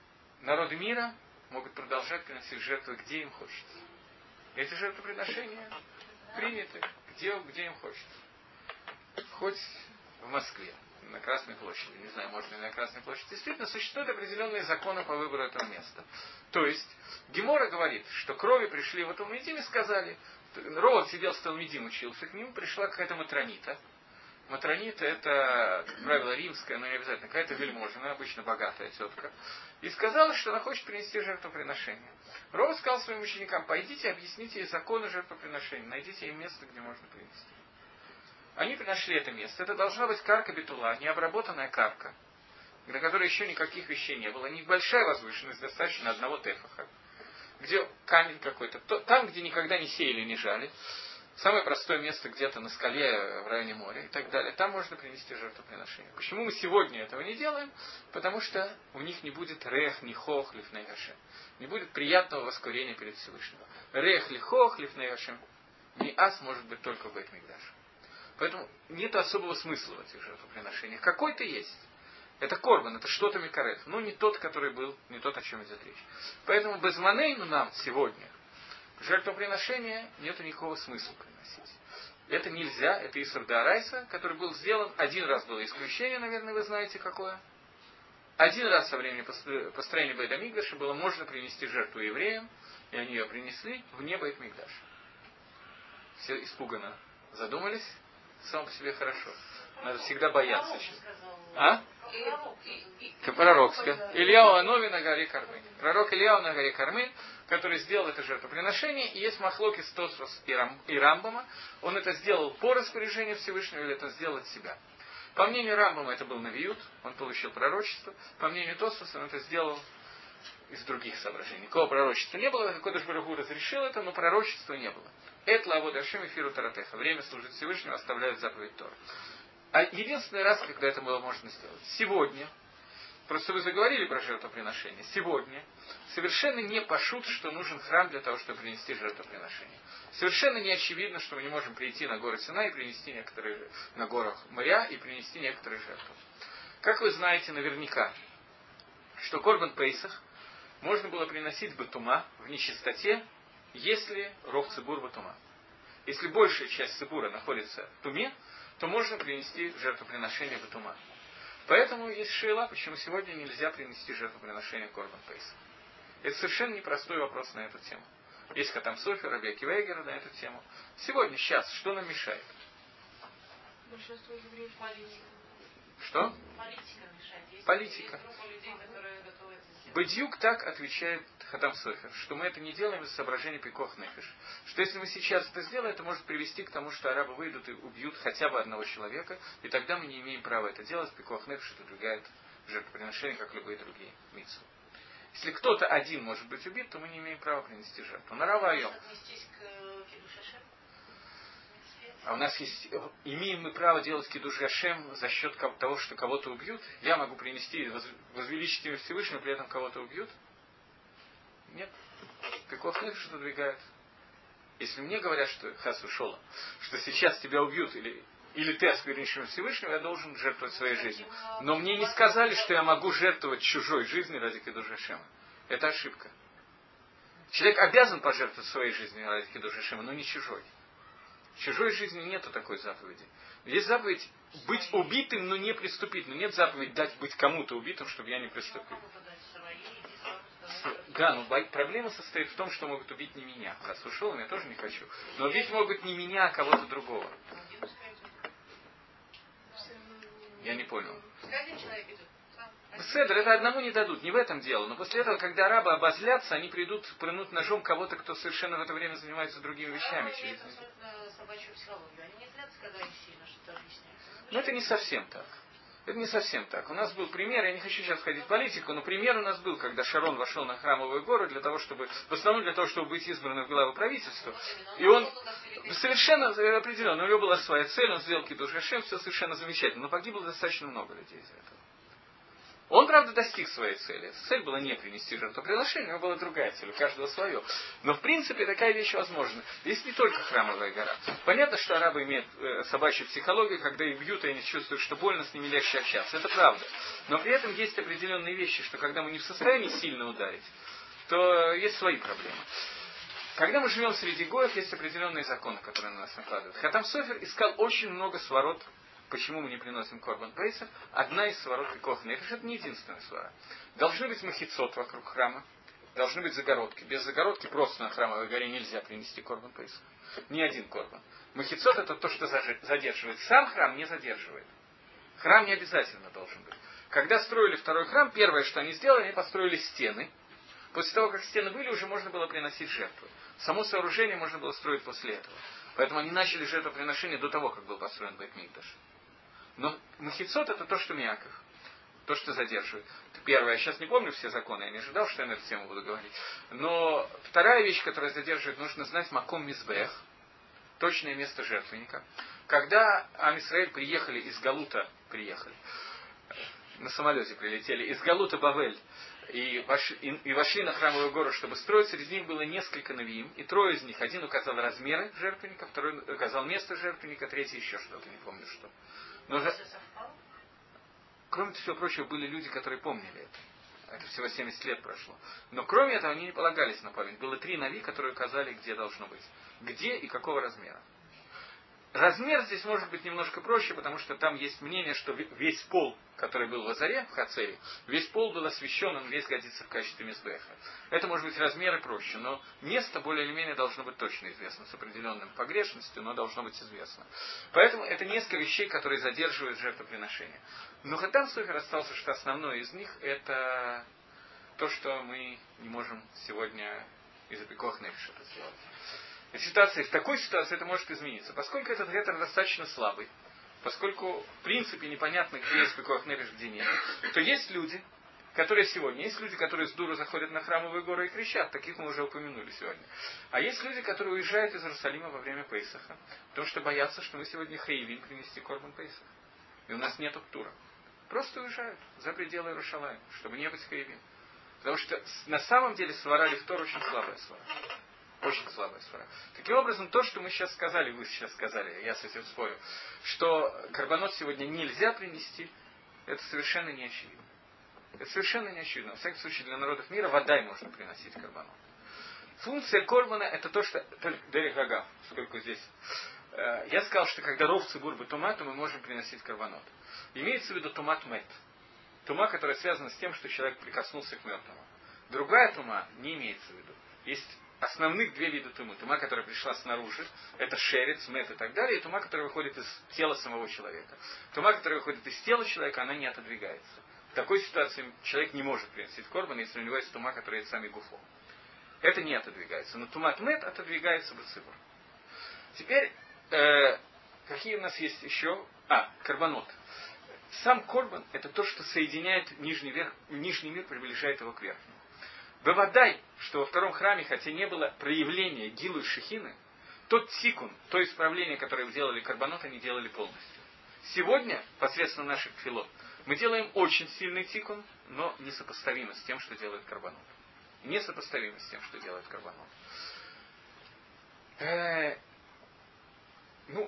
Speaker 1: народы мира могут продолжать приносить жертвы, где им хочется. Эти жертвоприношения приняты, где, где им хочется. Хоть в Москве, на Красной площади, не знаю, можно ли на Красной площади. Действительно, существуют определенные законы по выбору этого места. То есть, Гемора говорит, что крови пришли в Талмидим и сказали, Ровод сидел с Талмидим, учился, к нему пришла какая-то матронита. Матронита это, как правило, римская, но не обязательно, какая-то вельможная, обычно богатая тетка. И сказала, что она хочет принести жертвоприношение. Ровод сказал своим ученикам, пойдите, объясните ей законы жертвоприношения, найдите ей место, где можно принести. Они нашли это место. Это должна быть карка бетула, необработанная карка, на которой еще никаких вещей не было. Небольшая возвышенность, достаточно одного тефаха, где камень какой-то. Там, где никогда не сеяли, не жали. Самое простое место где-то на скале в районе моря и так далее. Там можно принести жертвоприношение. Почему мы сегодня этого не делаем? Потому что у них не будет рех, нихох, лифней гашем. Не будет приятного воскурения перед Всевышним. Рех, лихох, лифней гашем. Миас может быть только в Бейт-Микдаше. Поэтому нет особого смысла в этих жертвоприношениях. Какой-то есть. Это корбан, это что-то микарет. Но не тот, который был, не тот, о чем идет речь. Поэтому без манейну нам сегодня жертвоприношения нету никакого смысла приносить. Это нельзя, это Исур Д'Орайса, который был сделан, один раз было исключение, наверное, вы знаете какое. Один раз со времени построения Бейт-Микдаша было можно принести жертву евреям, и они ее принесли вне Бейт-Микдаша. Все испуганно задумались, само по себе хорошо. Надо всегда бояться. А? Пророк сказал. Ильяу Анови на горе Кармель. Пророк Ильяу на горе Кармель, который сделал это жертвоприношение, и есть махлокис Тосфос и Рамбама. Он это сделал по распоряжению Всевышнего или это сделал от себя. По мнению Рамбама это был навиют, он получил пророчество. По мнению Тосфоса он это сделал из других соображений. Никакого пророчества не было, Кодеш Барух Ху разрешил это, но пророчества не было. Это лавод Ашем и фиру таратеха. Время служить Всевышнему оставляет заповедь Торы. А единственный раз, когда это было можно сделать, сегодня, просто вы заговорили про жертвоприношение, сегодня совершенно не пашут, что нужен храм для того, чтобы принести жертвоприношение. Совершенно не очевидно, что мы не можем прийти на горы Синай и принести некоторые, на горах моря и принести некоторые жертвы. Как вы знаете наверняка, что Корбан Пейсах можно было приносить бетума в нечистоте, если ров цибур бетума. Если большая часть цибура находится в туме, то можно принести жертвоприношение бетума. Поэтому есть шейла, почему сегодня нельзя принести жертвоприношение Корбан Пейсах. Это совершенно непростой вопрос на эту тему. Есть Хатам Софер, Раби Акива Эйгер на эту тему. Сегодня, сейчас, что нам мешает?
Speaker 2: Большинство евреев политика.
Speaker 1: Что?
Speaker 4: Политика мешает. Есть
Speaker 1: Политика.
Speaker 4: группа людей, которые готовы это сделать.
Speaker 1: Бадьюк так отвечает Хатам Софер, что мы это не делаем из соображения пикох нефиш. Что если мы сейчас это сделаем, это может привести к тому, что арабы выйдут и убьют хотя бы одного человека, и тогда мы не имеем права это делать. Пикох нефиш отодвигает жертвоприношение, как любые другие митцвы. Если кто-то один может быть убит, то мы не имеем права принести жертву. На Рава Айом. А у нас есть, имеем мы право делать кидуш Гашем за счет того, что кого-то убьют? Я могу принести, возвеличить имя Всевышнего, при этом кого-то убьют? Нет. Каков нефиш отодвигает? Если мне говорят, что хас ушола, что сейчас тебя убьют, или, или ты осквернишь Всевышнего, я должен жертвовать своей жизнью. Но мне не сказали, что я могу жертвовать чужой жизнью ради кидуш Гашема. Это ошибка. Человек обязан пожертвовать своей жизнью ради кидуш Гашема, но не чужой. В чужой жизни нету такой заповеди. Есть заповедь быть убитым, но не преступить. Но нет заповеди дать быть кому-то убитым, чтобы я не преступил. Да, но проблема состоит в том, что могут убить не меня. Раз ушел, я тоже не хочу. Но убить могут не меня, а кого-то другого. Я не понял. Седр, это одному не дадут, не в этом дело. Но после этого, когда арабы обозлятся, они придут, прынут ножом кого-то, кто совершенно в это время занимается другими вещами. Через... Но это не совсем так. Это не совсем так. У нас был пример, я не хочу сейчас входить в политику, но пример у нас был, когда Шарон вошел на Храмовую гору для того, чтобы, в основном для того, чтобы быть избранным в главу правительства. И он совершенно определенно, у него была своя цель, он сделал кидуш Гашем, все совершенно замечательно, но погибло достаточно много людей из-за этого. Он, правда, достиг своей цели. Цель была не принести жертвоприношение, у него была другая цель, у каждого свое. Но, в принципе, такая вещь возможна. Здесь не только храмовая гора. Понятно, что арабы имеют э, собачью психологию, когда их бьют, и они чувствуют, что больно, с ними легче общаться. Это правда. Но при этом есть определенные вещи, что когда мы не в состоянии сильно ударить, то есть свои проблемы. Когда мы живем среди гоев, есть определенные законы, которые на нас накладывают. Хатам Софер искал очень много сварот. Почему мы не приносим корбан пейсах? Одна из сварот пикох нефеш, это не единственная свара. Должны быть махицот вокруг храма, должны быть загородки. Без загородки просто на храмовой горе нельзя принести корбан пейсах. Ни один корбан. Махицот это то, что задерживает. Сам храм не задерживает. Храм не обязательно должен быть. Когда строили второй храм, первое, что они сделали, они построили стены. После того, как стены были, уже можно было приносить жертвы. Само сооружение можно было строить после этого. Поэтому они начали жертвоприношение до того, как был построен Бейт Микдаш. Но махицот это то, что мяков, то, что задерживает. Это первое. Я сейчас не помню все законы, я не ожидал, что я на эту тему буду говорить. Но вторая вещь, которая задерживает, нужно знать маком мизбех, точное место жертвенника. Когда Ам Исраэль приехали из Галута, приехали, на самолете прилетели, из Галута Бавель, и вошли, и, и вошли на храмовую гору, чтобы строить, среди них было несколько навиим, и трое из них, один указал размеры жертвенника, второй указал место жертвенника, третий еще что-то, не помню что. Но за... Кроме всего прочего, были люди, которые помнили это. Это всего семьдесят лет прошло. Но кроме этого, они не полагались на память. Было три нави, которые указали, где должно быть. Где и какого размера. Размер здесь может быть немножко проще, потому что там есть мнение, что весь пол, который был в Азаре, в Хацере, весь пол был освящен, он весь годится в качестве мизбеха. Это может быть размеры проще, но место более или менее должно быть точно известно, с определенным погрешностью, но должно быть известно. Поэтому это несколько вещей, которые задерживают жертвоприношение. Но Хатам Софер остался, что основное из них это то, что мы не можем сегодня из-за пикох нефеш это сделать. В ситуации, в такой ситуации это может измениться. Поскольку этот гетер достаточно слабый, поскольку в принципе непонятно, где есть пикох нефеш, где нет, то есть люди, которые сегодня, есть люди, которые с дуру заходят на храмовые горы и кричат, таких мы уже упомянули сегодня. А есть люди, которые уезжают из Иерусалима во время Пейсаха, потому что боятся, что мы сегодня хаевим принести корбан Пейсах. И у нас нет тура. Просто уезжают за пределы Иерушалайма, чтобы не быть хаевим. Потому что на самом деле свара лифтор очень слабая свара. Очень слабая свара. Таким образом, то, что мы сейчас сказали, вы сейчас сказали, я с этим спорю, что карбонот сегодня нельзя принести, это совершенно не очевидно. Это совершенно не очевидно. В всяком случае, для народов мира вода можно приносить карбонот. Функция корбана это то, что... Дерих Агав, сколько здесь... Я сказал, что когда ров цибур бы тума, то мы можем приносить карбонот. Имеется в виду тумат мет. Тума, которая связана с тем, что человек прикоснулся к мертвому. Другая тума не имеется в виду. Есть основных две вида тумы. Тума, которая пришла снаружи, это шерец, мет и так далее, и тума, которая выходит из тела самого человека. Тума, которая выходит из тела человека, она не отодвигается. В такой ситуации человек не может приносить корбан, если у него есть тума, которая есть сами гуфо. Это не отодвигается. Но тумат мет отодвигается бацибур. Теперь, э, какие у нас есть еще? А, карбонот. Сам корбан это то, что соединяет нижний, верх, нижний мир, приближает его к верхнему. Выводай, что во втором храме, хотя не было проявления гилу и шехины, тот тикун, то исправление, которое делали карбонот, они делали полностью. Сегодня, посредством наших филот, мы делаем очень сильный тикун, но несопоставимо с тем, что делает карбонот. Несопоставимо с тем, что делает карбонот. Э-э- ну...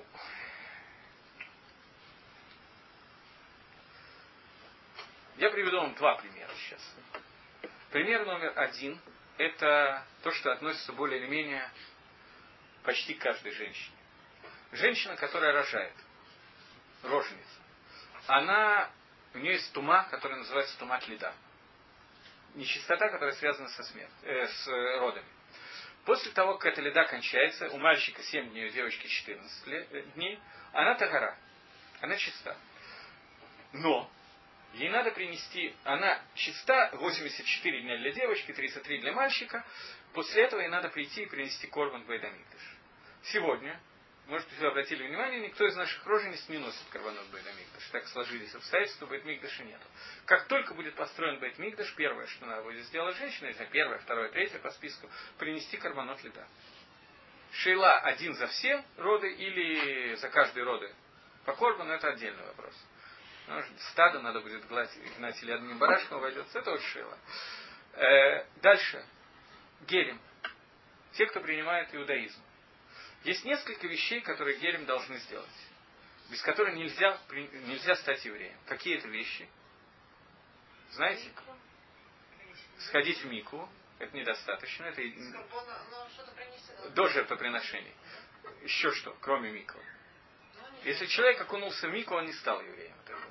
Speaker 1: Я приведу вам два примера сейчас. Пример номер один – это то, что относится более или менее почти к каждой женщине. Женщина, которая рожает, роженица, она, у нее есть тума, которая называется тумат лида. Нечистота, которая связана со смертью, э, с родами. После того, как эта лида кончается, у мальчика семь дней, у девочки четырнадцать лет, дней, она тагара, она чиста. Но ей надо принести, она чиста, восемьдесят четыре дня для девочки, тридцать три для мальчика. После этого ей надо прийти и принести корбан в Бейт Микдаш. Сегодня, может быть, вы обратили внимание, никто из наших рожениц не носит корбанот в Бейт Микдаш. Так сложились обстоятельства, Бейт Микдаша нету. Как только будет построен Бейт Микдаш, первое, что надо будет сделать женщина, если первое, второе, третье по списку, принести корбанот лида. Шейла один за все роды или за каждые роды по корбану, это отдельный вопрос. Ну, стадо надо будет гнать или одним барашком войдется, это вот шила. Э, дальше. Герем. Те, кто принимает иудаизм. Есть несколько вещей, которые герем должны сделать, без которых нельзя, нельзя стать евреем. Какие это вещи? Знаете? Сходить в микву. Это недостаточно. Это до жертвоприношений. Еще что, кроме миквы. Если человек окунулся в микву, он не стал евреем.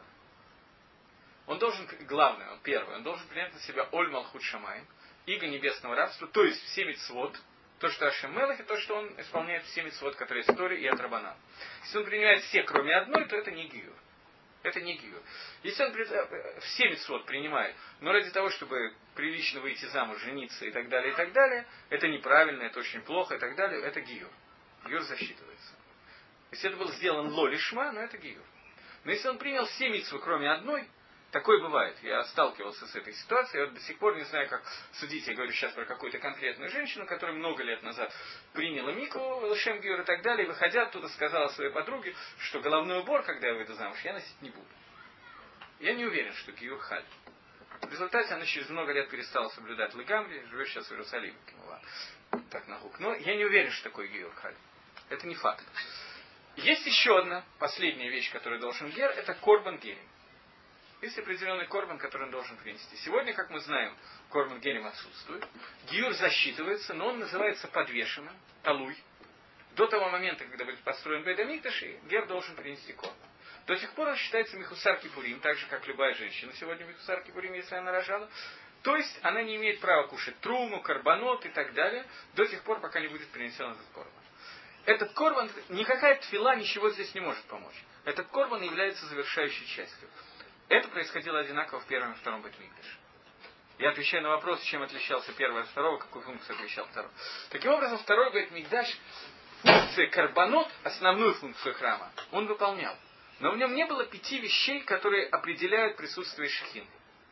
Speaker 1: Он должен, главное, он первый, он должен принять на себя оль малхут шамаим, иго небесного рабства, то есть все мицвот, то, что Ашем Мелах, и то, что он исполняет все мицвот, которые из Торы и от Рабанан. Если он принимает все, кроме одной, то это не гиюр. Это не гиюр. Если он все мицвот принимает, но ради того, чтобы прилично выйти замуж, жениться и так далее, и так далее, это неправильно, это очень плохо и так далее, это гиюр. Гиюр засчитывается. Если это был сделан лолишма, но это гиюр. Но если он принял все мицвы, кроме одной, такое бывает. Я сталкивался с этой ситуацией. Я вот до сих пор не знаю, как судить. Я говорю сейчас про какую-то конкретную женщину, которая много лет назад приняла микву, лешем гиюр и так далее. И выходя оттуда, сказала своей подруге, что головной убор, когда я выйду замуж, я носить не буду. Я не уверен, что гиюр халь. В результате она через много лет перестала соблюдать легамри, живет сейчас в Иерусалиме. Так на хук. Но я не уверен, что такое гиюр халь. Это не факт. Есть еще одна, последняя вещь, которую должен гер, это корбан герем. Есть определенный корбан, который он должен принести. Сегодня, как мы знаем, корбан герем отсутствует. Гиюр засчитывается, но он называется подвешенным, талуй. До того момента, когда будет построен бейт амикдаш, гер должен принести корбан. До сих пор он считается михусар кипурим, так же, как любая женщина сегодня михусар кипурим, если она рожала. То есть, она не имеет права кушать труму, карбонот и так далее, до тех пор, пока не будет принесен этот корбан. Этот корбан, никакая тфила ничего здесь не может помочь. Этот корбан является завершающей частью. Это происходило одинаково в первом и втором бейт-микдаше. Я отвечаю на вопрос, чем отличался первый от второго, какую функцию отличал второй. Таким образом, второй бейт-микдаш, функция карбонот, основную функцию храма, он выполнял. Но в нем не было пяти вещей, которые определяют присутствие шехины.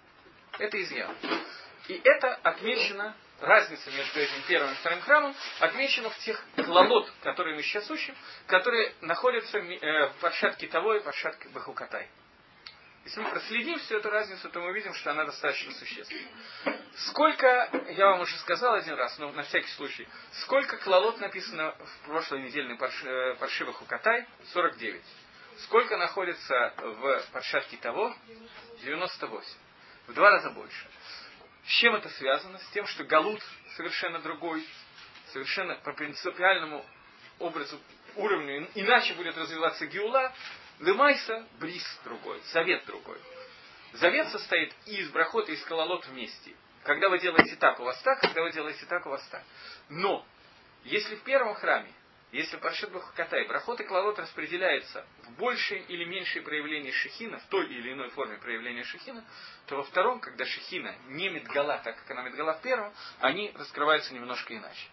Speaker 1: Это изъян. И это отмечено, разница между этим первым и вторым храмом, отмечена в тех клалот, которые мы сейчас учим, которые находятся в паршат Китово и паршат Бахукатай. Если мы проследим всю эту разницу, то мы увидим, что она достаточно существенна. Сколько, я вам уже сказал один раз, но на всякий случай, сколько клалот написано в прошлой недельной парши Бахукатай? сорок девять. Сколько находится в паршат Китово? девяносто восемь. В два раза больше. С чем это связано? С тем, что галут совершенно другой, совершенно по принципиальному образу, уровню, иначе будет развиваться геула, лемайса брис другой, завет другой. Завет состоит и из брахот, и из калалот вместе. Когда вы делаете так, у вас так, когда вы делаете так, у вас так. Но, если в первом храме, если паршат Бахукатай, брахот и калалот распределяются в большее или меньшее проявление шехина, в той или иной форме проявления шехина, то во втором, когда шехина не мидгала, так как она мидгала в первом, они раскрываются немножко иначе.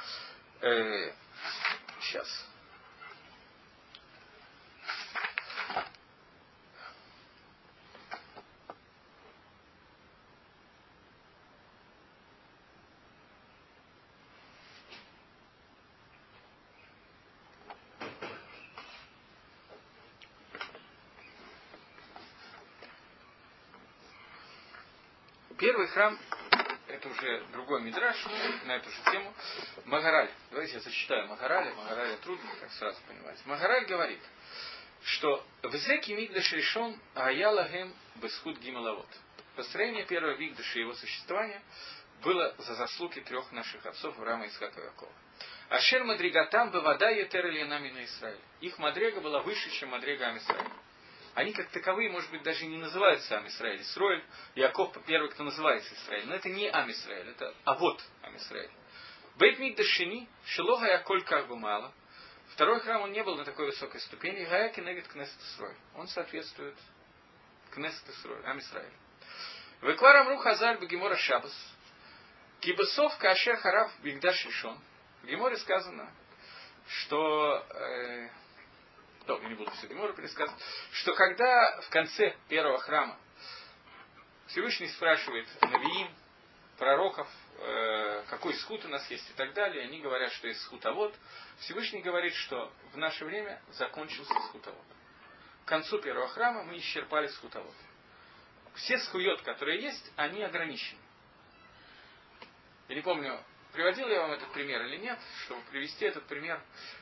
Speaker 1: Э, сейчас. Первый храм, это уже другой мидраш, на эту же тему. Магараль, давайте я зачитаю Магараля, Магараля трудно, как сразу понимать. Магараль говорит, что в Зеки Мигдаш решен Аялагем Бесхуд Гималавот. Построение первого Мигдаша и его существования было за заслуги трех наших отцов Авраама, Ицхака и Якова. Ашер Мадригатам Бавада Етер Ильянами на Израиль. Их мадрега была выше, чем мадрега Ам Исраиль. Они как таковые, может быть, даже не называются Ам Исраиль. Исроэль, Яков первый, кто называется Исраиль. Но это не Ам Исраиль, это Авот Ам Исраиль. Бейт Микдаш шени, Шилога Яколь как бы мало. Второй храм, он не был на такой высокой ступени. Гаяки негет Кнесет Исроэль. Он соответствует Кнесет Исроэль, Ам Исраиль. Веквар Амру Хазаль Бегемора Шабас. Кибасов Кашер Харав Бигдаш Решон. В Геморе сказано, что... Э, Да, я не буду все Гемору пересказывать, что когда в конце первого храма Всевышний спрашивает навиим, пророков, э, какой схут у нас есть и так далее, они говорят, что есть схут авот, Всевышний говорит, что в наше время закончился схут авот. к концу первого храма мы исчерпали схутовод. Все схуйот, которые есть, они ограничены. Я не помню, приводил я вам этот пример или нет, чтобы привести этот пример.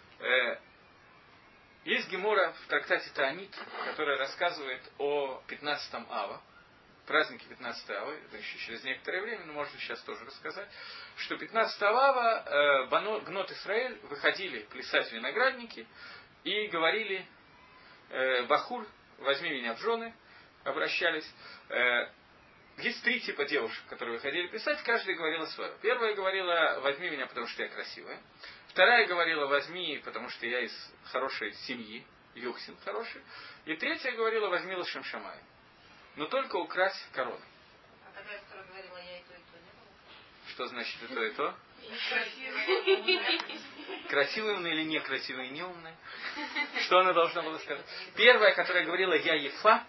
Speaker 1: Есть гемора в трактате Таанит, которая рассказывает о пятнадцатом ава, празднике пятнадцатого ава, это еще через некоторое время, но можно сейчас тоже рассказать, что пятнадцатого ава э, Бано, Гнот Исраэль выходили плясать виноградники и говорили э, Бахур, возьми меня в жены, обращались. Э, есть три типа девушек, которые выходили плясать, каждая говорила свое. Первая говорила, возьми меня, потому что я красивая. Вторая говорила, возьми, потому что я из хорошей семьи, Юхсин хороший. И третья говорила, возьми лошем шамай. Но только укрась короной.
Speaker 4: А такая, которая говорила, я и то, и то, не было?
Speaker 1: Что значит и то, и то?
Speaker 4: Красивая.
Speaker 1: Красивая умная или некрасивая, не умная? Что она должна была сказать? Первая, которая говорила, я ефа.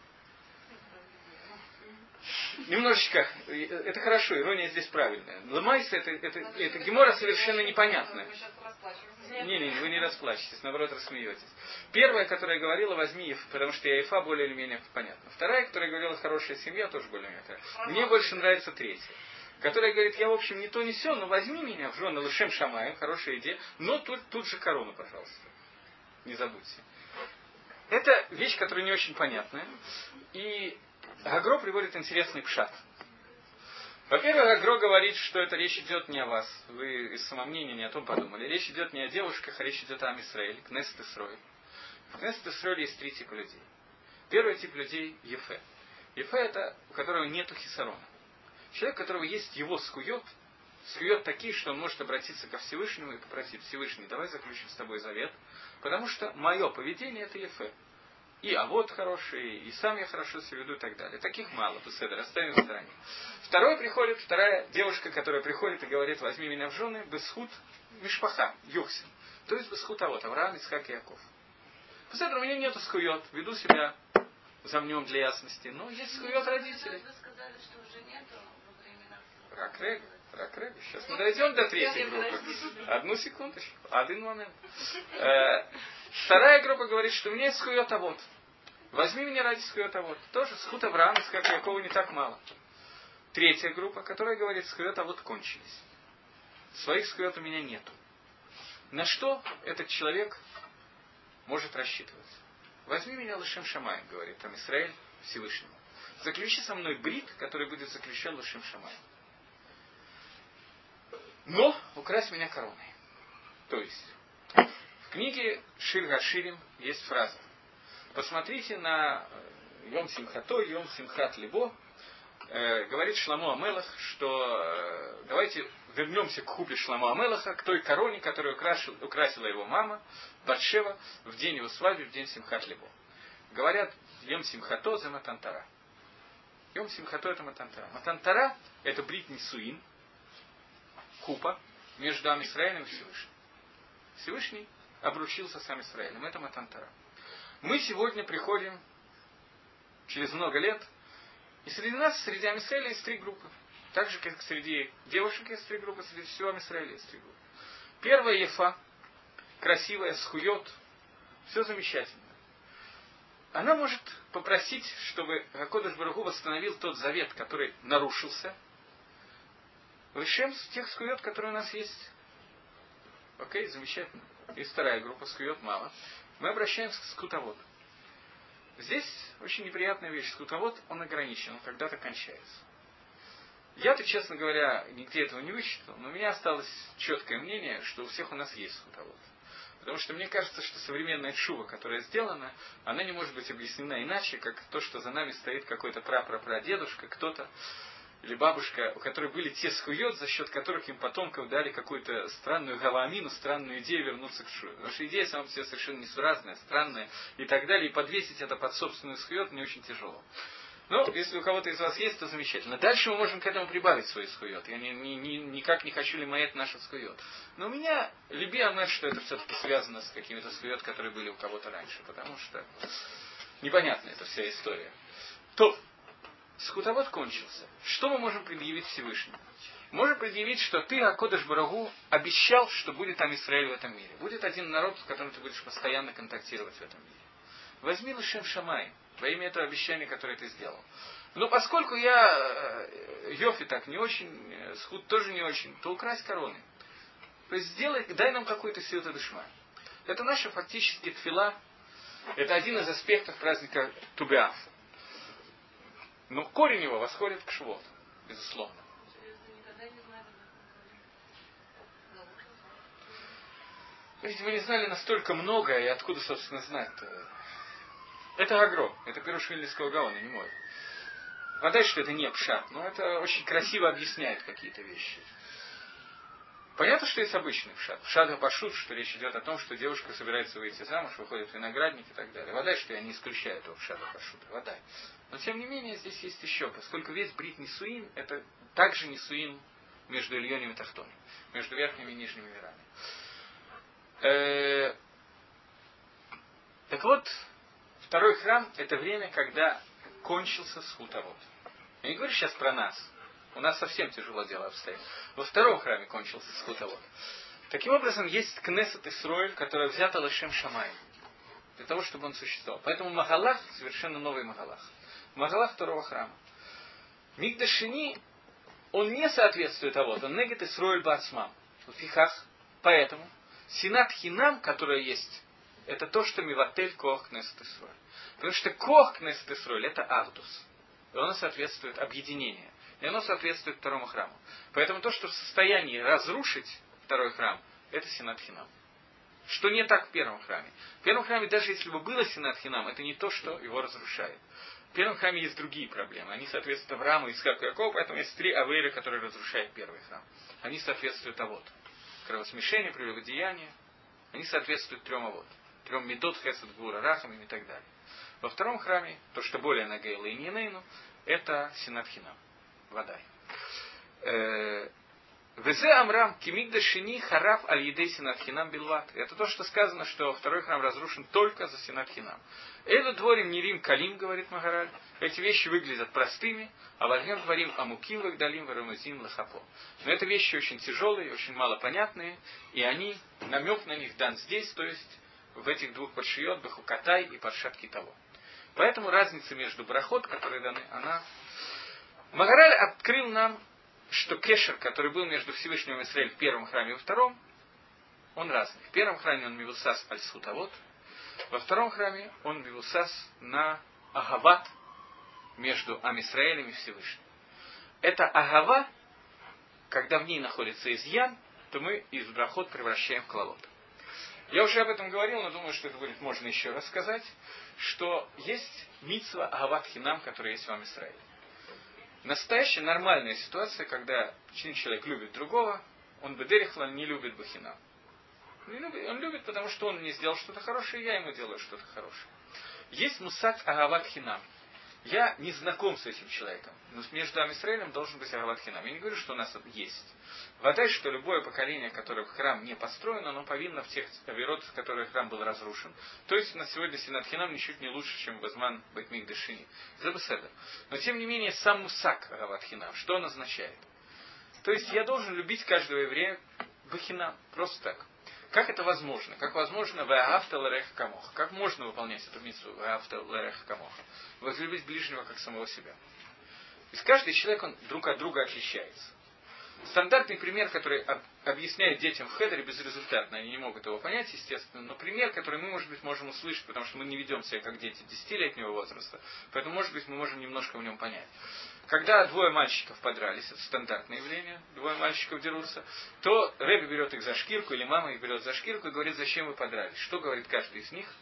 Speaker 1: Немножечко, это хорошо, ирония здесь правильная. Ламайса, это, это, это гемора совершенно непонятная. Не, не, вы не расплачетесь, наоборот, рассмеетесь. Первая, которая говорила, возьми еф, потому что я ефа, более или менее понятно. Вторая, которая говорила, хорошая семья, тоже более или менее. Мне больше нравится третья. Которая говорит, я, в общем, не то не сё, но возьми меня в жены лышем шамаем, хорошая идея, но тут, тут же корону, пожалуйста. Не забудьте. Это вещь, которая не очень понятная. И Гагро приводит интересный пшат. Во-первых, Гагро говорит, что это речь идет не о вас. Вы из самомнения не о том подумали. Речь идет не о девушках, а речь идет о Ам-Исраэле, Кнессет Исроэль. В Кнессет Исроэле есть три типа людей. Первый тип людей – Ефе. Ефе – это у которого нету хисарона. Человек, у которого есть его скуйот, скуйот такие, что он может обратиться ко Всевышнему и попросить: Всевышний, давай заключим с тобой завет, потому что мое поведение – это Ефе. И авод хороший, и сам я хорошо себя веду и так далее. Таких мало, Беседер, оставим в стороне. Второй приходит, вторая девушка, которая приходит и говорит, возьми меня в жены, Бесхут Мишпаха, Юхсин. То есть Бесхут Авод, Авраам, Исхак и Яков. Беседер, у меня нету скуйот, веду себя замнем для ясности, но есть скуйот родителей.
Speaker 2: Вы сказали, что уже нету во времена.
Speaker 1: Ракрег, ракрег. Сейчас мы дойдем до третьей группы. Одну секундочку, один момент. Вторая группа говорит, что у меня есть скуйот авод. Возьми меня ради скуйот авод. Тоже схут Авраама, Исхака и Якова не так мало. Третья группа, которая говорит, скуйот авод кончились. Своих скуйот у меня нету. На что этот человек может рассчитывать? Возьми меня лышем шамаем, говорит там Исраэль Всевышнему. Заключи со мной брит, который будет заключен лышем шамаем. Но укрась меня короной. То есть, в книге Шир Гаширим есть фраза. Посмотрите на Йом Симхато, Йом Симхат Либо. Э, говорит Шламо Амелах, что э, давайте вернемся к хупе Шламо Амелаха, к той короне, которую украшил, украсила его мама, Батшева, в день его свадьбы, в день Симхат Либо. Говорят, Йом Симхато за Матантара. Йом Симхато это Матантара. Матантара это брит Нисуин, хупа, между Ам Исраэлем и Всевышним. Всевышний обручился с Ам Исраэлем. Это Матантара. Мы сегодня приходим через много лет, и среди нас, среди Ам Исраэля есть три группы. Так же, как среди девушек есть три группы, среди всего Ам Исраэля есть три группы. Первая Ефа, красивая, схует, все замечательно. Она может попросить, чтобы Акодыш Барух Ху восстановил тот завет, который нарушился, лишем тех скует, которые у нас есть. Окей, замечательно. И вторая группа скует мало. Мы обращаемся к скутоводу. Здесь очень неприятная вещь. Скутовод, он ограничен, он когда-то кончается. Я-то, честно говоря, нигде этого не вычитал, но у меня осталось четкое мнение, что у всех у нас есть скутовод. Потому что мне кажется, что современная шува, которая сделана, она не может быть объяснена иначе, как то, что за нами стоит какой-то прапрапрадедушка, кто-то, или бабушка, у которой были те схует, за счет которых им потомкам дали какую-то странную галаамину, странную идею вернуться к шуве. Потому что идея сама по себе совершенно несуразная, странная и так далее. И подвесить это под собственную схует мне очень тяжело. Но если у кого-то из вас есть, то замечательно. Дальше мы можем к этому прибавить свой схует. Я ни, ни, ни, никак не хочу лимаять наши схует. Но у меня люби амет, что это все-таки связано с какими-то схует, которые были у кого-то раньше. Потому что непонятна эта вся история. То схутовод кончился. Что мы можем предъявить Всевышнему? Можем предъявить, что ты, Акодыш Барух Ху, обещал, что будет Ам Исраэль в этом мире. Будет один народ, с которым ты будешь постоянно контактировать в этом мире. возьми лешем шамай, во имя этого обещания, которое ты сделал. Но поскольку я Йофи так не очень, Схуд тоже не очень, то укрась короны. То есть сделай, дай нам какую-то силу душма. Это наша фактически тфила. Это один из аспектов праздника Тубиав. Но корень его восходит к Швот, безусловно. Ведь вы не знали настолько много, и откуда, собственно, знать-то? Это Агро, это Пируш Вильнинского Гаона, не мой. Вода, что это не пшат, но это очень красиво объясняет какие-то вещи. Понятно, что есть обычный пшат. Пшат пашут, что речь идет о том, что девушка собирается выйти замуж, выходит в виноградник и так далее. Вода, что я не исключаю этого пшата пашута. Вода. Но тем не менее, здесь есть еще, поскольку весь брит нисуин, это также нисуин между Ильоним и Тахтоним, между верхними и нижними мирами. Э-э- так вот, второй храм – это время, когда кончился схутовод. Я не говорю сейчас про нас. У нас совсем тяжело дело обстоит. Во втором храме кончился схутовод. Таким образом, есть Кнесет Исроэль, которая взята Лешем Шамай. Для того, чтобы он существовал. Поэтому Магалах совершенно новый Магалах. Магалах второго храма. Мигдаш Шини, он не соответствует того, он негет Исроэль Баацмам. Фихах. Поэтому Синат Хинам, которая есть, это то, что Миватель Кох Кнесет Исроэль. Потому что Кох Кнесет Исроэль это Ахдус. И оно соответствует объединению. И оно соответствует второму храму. Поэтому то, что в состоянии разрушить второй храм, это Синат Хинам. Что не так в первом храме. В первом храме, даже если бы было Синат Хинам, это не то, что его разрушает. В первом храме есть другие проблемы. Они соответствуют Аврааму, Исхаку и Якову, поэтому есть три авейра, которые разрушают первый храм. Они соответствуют авод. Кровосмешение, прелюбодеяние. Они соответствуют трем авод. Трем медот, хесед, гура, рахамим и так далее. Во втором храме, то, что более нагейла и нинейну, это Синат Хинам. Вода. Везе Амрам Кимигда Шини Хараф Аль-Едей Синат Хинам Билват. Это то, что сказано, что второй храм разрушен только за Синат Хинам. Элу дворим нирим калим, говорит Магараль. Эти вещи выглядят простыми, а вальгем дворим амуким вагдалим варамазим лахапо. Но это вещи очень тяжелые, очень малопонятные, и они, намек на них дан здесь, то есть в этих двух паршиот, Бехукатай и Паршат Китово. Поэтому разница между брахот, которые даны, она... Магараль открыл нам, что кешер, который был между Всевышним и Исраэль в первом храме и во втором, он разный. В первом храме он мивусас аль-схутавот, во втором храме он мивусас на агават между Ам-Исраэлем и Всевышним. Это агава, когда в ней находится изъян, то мы из брахот превращаем в клалот. Я уже об этом говорил, но думаю, что это будет можно еще раз сказать, что есть мицва агават хинам, которая есть в Ам-Исраэле. Настоящая нормальная ситуация, когда один человек любит другого, он бедерихлан не любит бахинам. Он любит, потому что он мне сделал что-то хорошее, я ему делаю что-то хорошее. Есть мусак агават хинам. Я не знаком с этим человеком, но между Ам-Исраэлем должен быть агават хинам. Я не говорю, что у нас это есть. Вода, что любое поколение, которое в храм не построено, оно повинно в тех авирот, в которых храм был разрушен. То есть на сегодня Синат Хинам ничуть не лучше, чем Базман Бейт Микдаш Шини. Но тем не менее сам мусак агават хинам, что он означает? То есть я должен любить каждого еврея бахинам, просто так. Как это возможно? Как возможно веаавта лерех камоха? Как можно выполнять эту мицву веаавта лерех камоха? Возлюбить ближнего как самого себя. То есть каждый человек, он друг от друга отличается. Стандартный пример, который объясняет детям в хедере безрезультатно, они не могут его понять, естественно, но пример, который мы, может быть, можем услышать, потому что мы не ведем себя как дети десятилетнего возраста, поэтому, может быть, мы можем немножко в нем понять. Когда двое мальчиков подрались, это стандартное явление, двое мальчиков дерутся, то Ребе берет их за шкирку, или мама их берет за шкирку и говорит, зачем вы подрались. Что говорит каждый из них?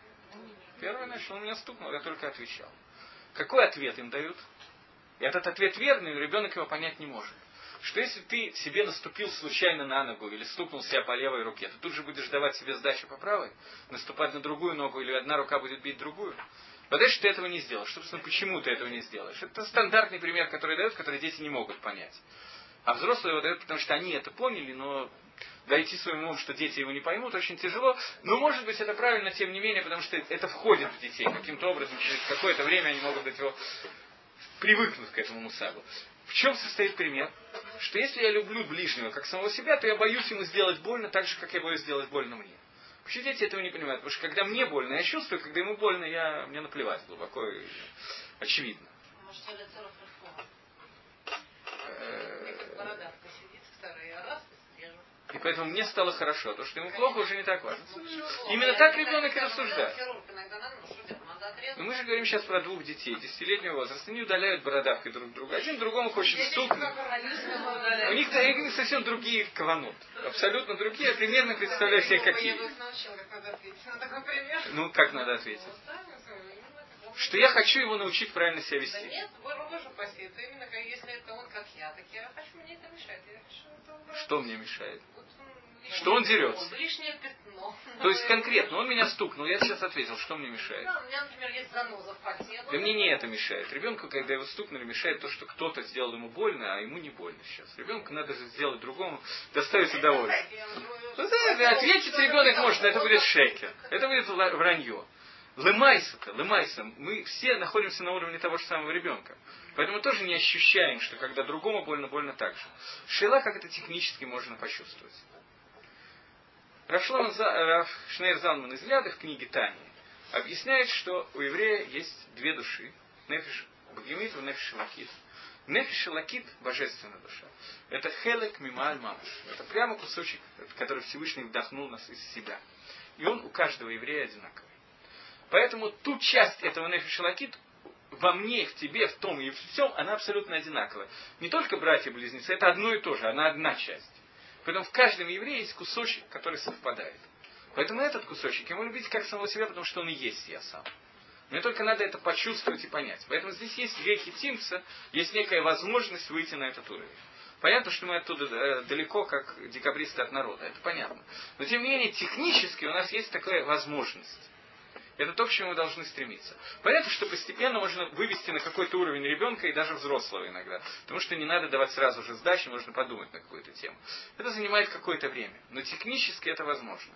Speaker 1: Первый начал, он меня стукнул, я только отвечал. Какой ответ им дают? И этот ответ верный, но ребенок его понять не может. Что если ты себе наступил случайно на ногу или стукнул себя по левой руке, ты тут же будешь давать себе сдачу по правой, наступать на другую ногу, или одна рука будет бить другую? Потому что ты этого не сделаешь. Собственно, почему ты этого не сделаешь? Это стандартный пример, который дают, который дети не могут понять. А взрослые его дают, потому что они это поняли, но дойти своим умом, что дети его не поймут, очень тяжело. Но, может быть, это правильно, тем не менее, потому что это входит в детей. Каким-то образом, через какое-то время они могут быть его привыкнуть к этому мусагу. В чем состоит пример? Что если я люблю ближнего как самого себя, то я боюсь ему сделать больно так же, как я боюсь сделать больно мне. Почему дети этого не понимают? Потому что когда мне больно, я чувствую, когда ему больно, я, мне наплевать глубоко и очевидно.
Speaker 4: Может, это целых бородавка сидит, вторая раз, свежу.
Speaker 1: И поэтому мне стало хорошо. То, что ему плохо, уже не так важно. Именно так ребенок и рассуждает. Но мы же говорим сейчас про двух детей, десятилетнего возраста. Они удаляют бородавкой друг друга. Один другому хочет стукнуть. У них, у них совсем другие каванот. Абсолютно другие. Я примерно представляю себе, какие. Ну, как надо ответить? Что я хочу его научить правильно себя вести.
Speaker 4: Да нет, боже упаси, это именно если это он как я, так я хочу, мне это мешает. Я хочу, это
Speaker 1: что мне мешает?
Speaker 4: Вот,
Speaker 1: что он дерется?
Speaker 4: Лишнее пятно.
Speaker 1: То есть конкретно, он меня стукнул, я сейчас ответил, что мне мешает?
Speaker 4: Да, у меня, например, есть заноза в пальце.
Speaker 1: Да мне не это мешает. Ребенку, когда его стукнули, мешает то, что кто-то сделал ему больно, а ему не больно сейчас. Ребенку надо же сделать другому, доставить удовольствие. Ну, да, ответить ребенок может, но это будет шекер. Это будет вранье. Лымайса-то, лымайса. Мы все находимся на уровне того же самого ребенка. Поэтому тоже не ощущаем, что когда другому больно, больно так же. Шейла, как это технически можно почувствовать. Рав Шнейр Залман из Ляда в книге Тани объясняет, что у еврея есть две души. Нефиш Багимит и Нефиш Лакит. Нефиш Лакит – божественная душа. Это хелек мималь мамуш. Это прямо кусочек, который Всевышний вдохнул нас из себя. И он у каждого еврея одинаковый. Поэтому ту часть этого Нефиш Лакит во мне, в тебе, в том и в всем, она абсолютно одинаковая. Не только братья-близнецы, это одно и то же, она одна часть. Поэтому в каждом еврее есть кусочек, который совпадает. Поэтому этот кусочек ему любить как самого себя, потому что он и есть я сам. Мне только надо это почувствовать и понять. Поэтому здесь есть грехи Тимса, есть некая возможность выйти на этот уровень. Понятно, что мы оттуда далеко, как декабристы от народа, это понятно. Но тем не менее, технически у нас есть такая возможность. Это то, к чему мы должны стремиться. Понятно, что постепенно можно вывести на какой-то уровень ребенка и даже взрослого иногда. Потому что не надо давать сразу же сдачи, можно подумать на какую-то тему. Это занимает какое-то время. Но технически это возможно.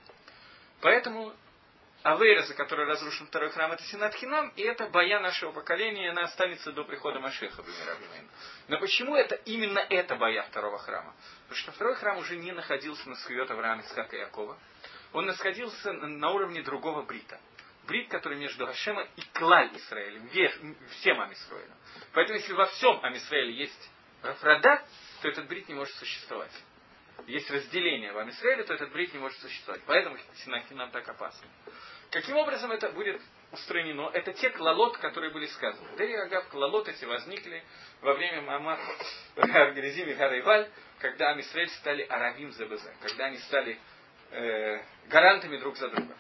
Speaker 1: Поэтому авейра, за которой разрушен второй храм, это Синат Хинам, и это боя нашего поколения, и она останется до прихода Машеха. Но почему это именно эта боя второго храма? Потому что второй храм уже не находился на схуёт Авраама, Ицхака и Якова. Он находился на уровне другого брита. Брит, который между Хашемом и Клаль Исраэлем, всем Ам-Исраэлем. Поэтому, если во всем Ам-Исраэле есть Рафрада, то этот брит не может существовать. Есть разделение в Ам-Исраэле, то этот брит не может существовать. Поэтому Синат Хинам так опасно. Каким образом это будет устранено? Это те клалот, которые были сказаны. Дери Агав, клалот эти возникли во время Мамар Гаргризим и Гарайваль, когда Ам-Исраэль стали Аравим Зебезе, когда они стали э, гарантами друг за друга.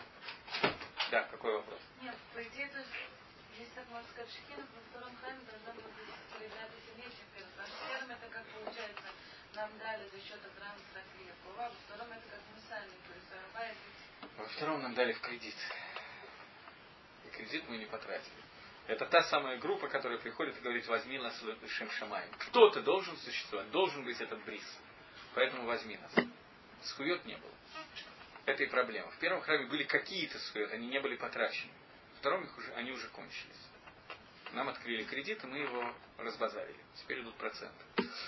Speaker 1: Да, какой вопрос?
Speaker 5: Нет, по идее, это, если так можно сказать, Шхина, во втором храме должна быть проявляться сильнейшая первая. А в первом это как получается, нам дали за счет Авраама, Ицхака и Якова, а во втором это как мы сами, то есть Арава.
Speaker 1: Во втором нам дали в кредит. И кредит мы не потратили. Это та самая группа, которая приходит и говорит, возьми нас Шем Шамаем. Кто-то должен существовать, должен быть этот бриз. Поэтому возьми нас. Схует не было. Это и проблема. В первом храме были какие-то схует, они не были потрачены. В втором их уже, они уже кончились. Нам открыли кредит, и мы его разбазарили. Теперь идут проценты.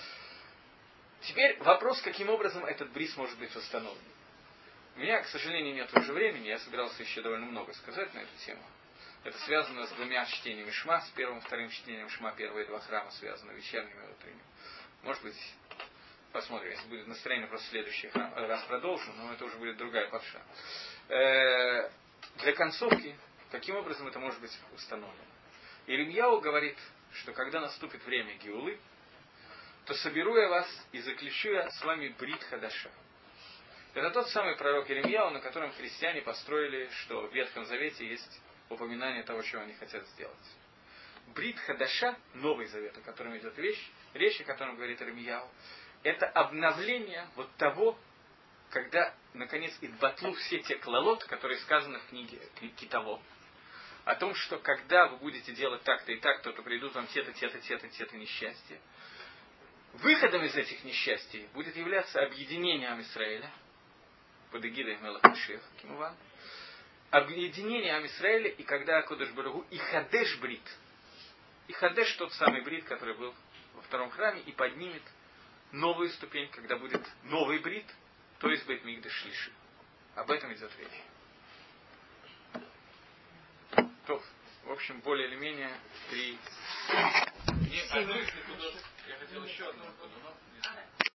Speaker 1: Теперь вопрос, каким образом этот бриз может быть восстановлен. У меня, к сожалению, нет уже времени, я собирался еще довольно много сказать на эту тему. Это связано с двумя чтениями Шма, с первым и вторым чтением Шма, первые два храма связаны, вечерним и утренним. Может быть, посмотрим, если будет настроение, просто в следующий раз продолжим, но это уже будет другая парша. Э-э- для концовки, каким образом это может быть установлено? Ирмияу говорит, что когда наступит время Геулы, то соберу я вас и заключу я с вами брит хадаша. Это тот самый пророк Ирмияу, на котором христиане построили, что в Ветхом Завете есть упоминание того, чего они хотят сделать. Брит хадаша, Новый Завет, о котором идет речь, речь, о котором говорит Ирмияу, это обновление вот того, когда, наконец, идбатлу все те клалот, которые сказаны в книге Китово, о том, что когда вы будете делать так-то и так-то, то придут вам те-то, те-то, те-то, те-то несчастья. Выходом из этих несчастий будет являться объединение Ам-Исраэля, под эгидой Мелах Машиах, Кимуван, объединение Ам-Исраэля, и когда Акодеш Баругу, и Хадеш Брит, и Хадеш тот самый Брит, который был во втором храме, и поднимет новую ступень, когда будет новый Брит, то есть Бейт Микдаш Шлиши. Об этом идет речь. То, в общем, более или менее три. Не, одну из я хотел еще одну.